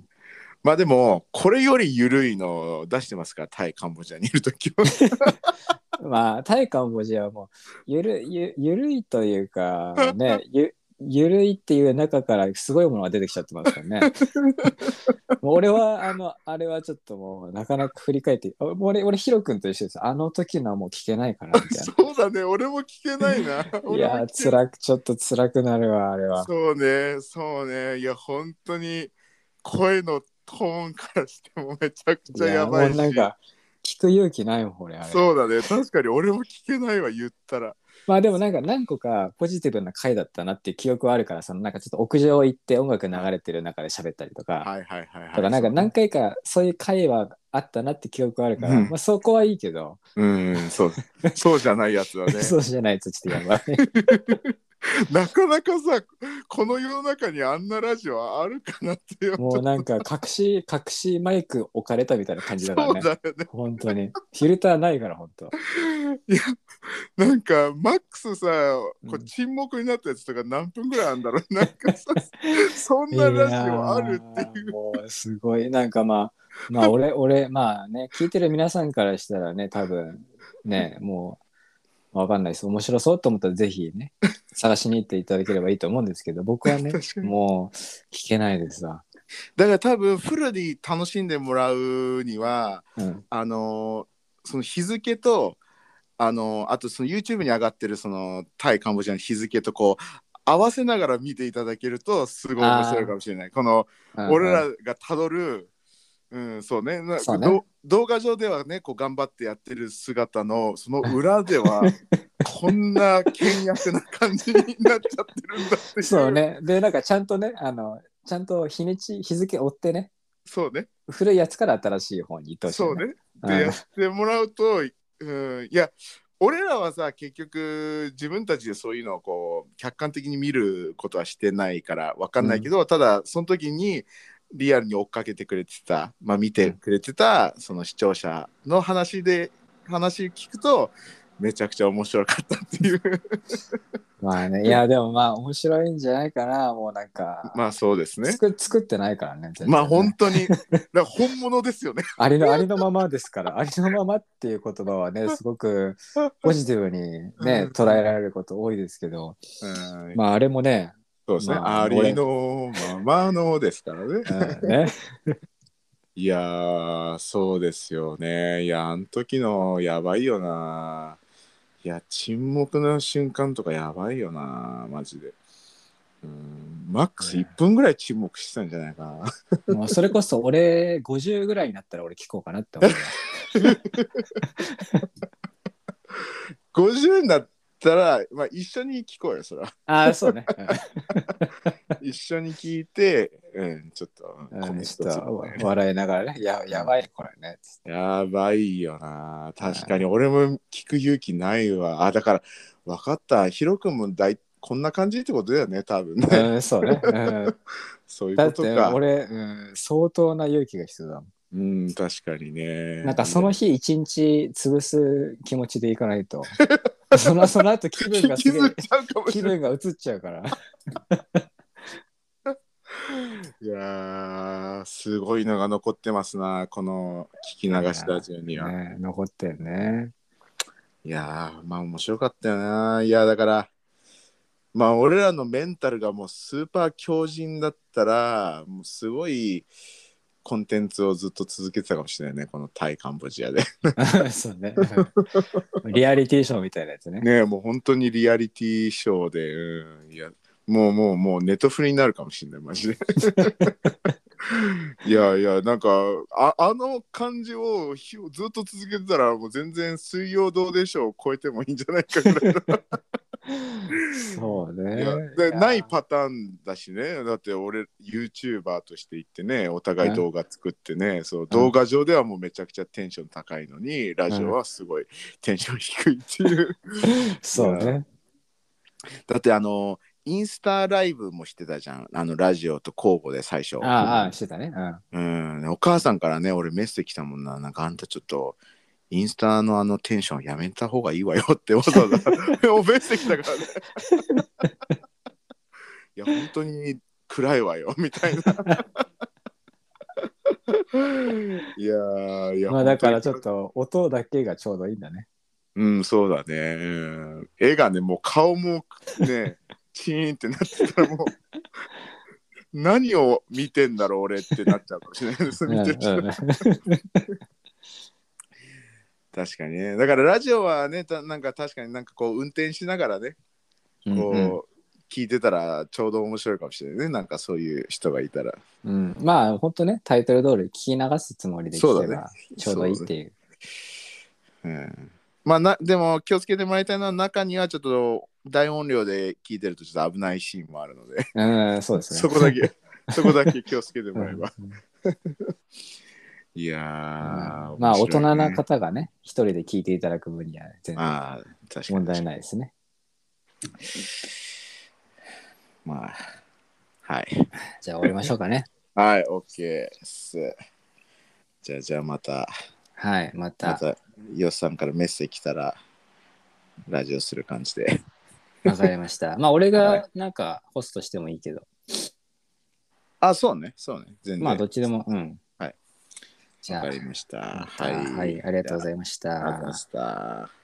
A: まあでもこれよりゆるいの出してますからタイカンボジアにいるときは。
B: まあタイカンボジアはもうゆるゆゆるいというかねゆゆるいっていう中からすごいものが出てきちゃってますからね。もう俺はあのあれはちょっともうなかなか振り返って俺俺ヒロ君と一緒です。あの時のはもう聞けないからみたいな。
A: そうだね俺も聞けないな。
B: い
A: 俺も聞
B: やー
A: けない。
B: 辛くちょっと辛くなるわあれは。
A: そうねそうねいや本当に声のトーンからしてもめちゃくちゃや
B: いやーも
A: ばいし。
B: うなんか聞く勇気ないもん俺あれ。
A: そうだね確かに俺も聞けないわ言ったら。
B: まあでもなんか何個かポジティブな回だったなっていう記憶はあるから、そのなんかちょっと屋上行って音楽流れてる中で喋ったりとか、
A: はいはいはい
B: とかなんか
A: はいそうね。
B: 何回かそういう回はあったなって記憶はあるから、
A: うん
B: まあそこはいいけど、
A: うんそうそうじゃないやつはね。
B: そうじゃないとちょっとやばい。
A: なかなかさ、この世の中にあんなラジオあるかなってよ。
B: もうなんか隠し隠しマイク置かれたみたいな感じだからね。
A: そうだよね。
B: 本当にフィルターないから本当。
A: いや、なんかマックスさ、こう
B: うん
A: 沈黙になったやつとか何分ぐらいあるんだろう。なんかさ、そん
B: い
A: なラジ
B: や
A: オあるって
B: ー
A: いう。
B: もうすごいなんかまあまあ俺俺まあね聞いてる皆さんからしたらね多分ねもうわかんないです。面白そうと思ったらぜひね探しに行っていただければいいと思うんですけど僕はね
A: 確かに。
B: もう聞けないですわ。
A: だから多分フルに楽しんでもらうには、
B: うん。
A: あのその日付と、あのあとその YouTube に上がってるそのタイカンボジアの日付とこう合わせながら見ていただけるとすごい面白いか
B: あ
A: もしれない。この
B: あ、うん
A: 俺ら
B: うん。
A: がたどる、うん、そうね、な
B: そうね。
A: ど動画上ではねこう頑張ってやってる姿のその裏ではこんな険悪な感じになっちゃってるんだっていう。
B: そうね。で、なんかちゃんとね、あの、ちゃんと日にち、日付追ってね、
A: そうね。
B: 古いやつから新しい方に行ってほしいよね。
A: そうね。で、やってもらうと、うん、いや、俺らはさ、結局、自分たちでそういうのをこう客観的に見ることはしてないから分かんないけど、うん、ただ、その時にリアルに追っかけてくれてた、まあ、見てくれてた、その視聴者の話で、話聞くと、めちゃくちゃ面白かったっていう。
B: まあね、いや、でもまあ、面白いんじゃないかな、もうなんか。
A: まあそうですね。
B: 作作ってないからね、全然ね。
A: まあ本当に、だ本物ですよね。
B: ありのありのままですから、ありのままっていう言葉はね、すごくポジティブにね、捉えられること多いですけど、うん、まああれもね、
A: そうですね、
B: まあ、
A: ありのままのですからね。
B: うん、ね
A: いやー、そうですよね。いや、あの時のやばいよな。いや、沈黙の瞬間とかやばいよな、マジで。うん、マックスいっぷんぐらい沈黙してたんじゃないかな。
B: もうそれこそ俺ごじゅうぐらいになったら俺聞こうかなって思う。
A: ごじゅうになったら、まあ、一緒に聞こうよ、それは。
B: ああ、そうね。
A: 一緒に聞いて、うん、ちょっと
B: コメントす
A: る、ね、
B: うん、笑いながらね、や, やばいこれね。
A: やばいよな。確かに俺も聞く勇気ないわ。あ、だから分かった。ヒロ君も大こんな感じってことだよね、多分ね。
B: うん、そうね。うん、
A: そういうことか。だ
B: って俺、うん、相当な勇気が必要だもん。
A: うん、確かにね。
B: なんかその日一日潰す気持ちでいかないと。そのその後気分がすげえ気分が移っちゃうから。
A: いやー、すごいのが残ってますな、この聞き流しラジオには。
B: ね、残ってるね。
A: いやー、まあ面白かったよな。いや、だから、まあ俺らのメンタルがもうスーパー強靭だったら、もうすごいコンテンツをずっと続けてたかもしれないね、このタイカンボジアで。
B: そうね。リアリティショーみたいなやつね。
A: ね、もう本当にリアリティショーで、うん、いや、もうもうもうネットフリになるかもしれない、マジで。いやいや、なんか、あ, あの感じをずっと続けてたら、もう全然水曜どうでしょうを超えてもいいんじゃないかぐらいの。
B: そうね。
A: いやでないパターンだしね。だって俺 YouTuber として行ってね、お互い動画作ってね、そう動画上ではもうめちゃくちゃテンション高いのに、ラジオはすごいテンション低いっていう。
B: そうね。
A: だってあのインスタライブもしてたじゃん、あのラジオと交互で最初。
B: ああ、してたね。
A: うん、うん、お母さんからね、俺メッセージ来たもんな。なんかあんたちょっとインスタのあのテンションやめた方がいいわよってわざわざメッセージ来たからね。いや本当に暗いわよみたいな。いやいや、
B: まあだからちょっと音だけがちょうどいいんだね。
A: うん、そうだね。うん、絵がね、もう顔もね、チーンってなってたらもう何を見てんだろう俺ってなっちゃうかもしれないです。見てる人。確かにね。だからラジオはね、なんか確かになんかこう運転しながらね、こう、うんうん、聞いてたらちょうど面白いかもしれないね。なんかそういう人がいたら。
B: うん、まあ本当ね、タイトル通り聞き流すつもりで聞けばちょうどいいっていう。
A: う、ね、うん、まあなでも気をつけてもらいたいのは、中にはちょっと大音量で聞いてるとちょっと危ないシーンもあるので、
B: うん、そうですね。
A: そこだけそこだけ気をつけてもらえば。いやー、
B: うん、まあ大人な方がね、一人で聞いていただく分には全然問題ないですね。
A: まあ、はい。
B: じゃあ終わりましょうかね。
A: はい、OK です。じゃあ、じゃあまた、
B: はい、また。
A: また、ヨスさんからメッセージ来たら、ラジオする感じで。
B: わかりました。まあ、俺
A: はい。
B: がなんかホストしてもいいけど。
A: あ、そうね、そうね、全
B: まあ、
A: 然。
B: どっちでも。うん。
A: はい、
B: じゃあ、
A: わかりました。
B: また、
A: はい。
B: はい、ありが
A: じゃあ、
B: とうございまし
A: ありがとうございま
B: た。
A: した。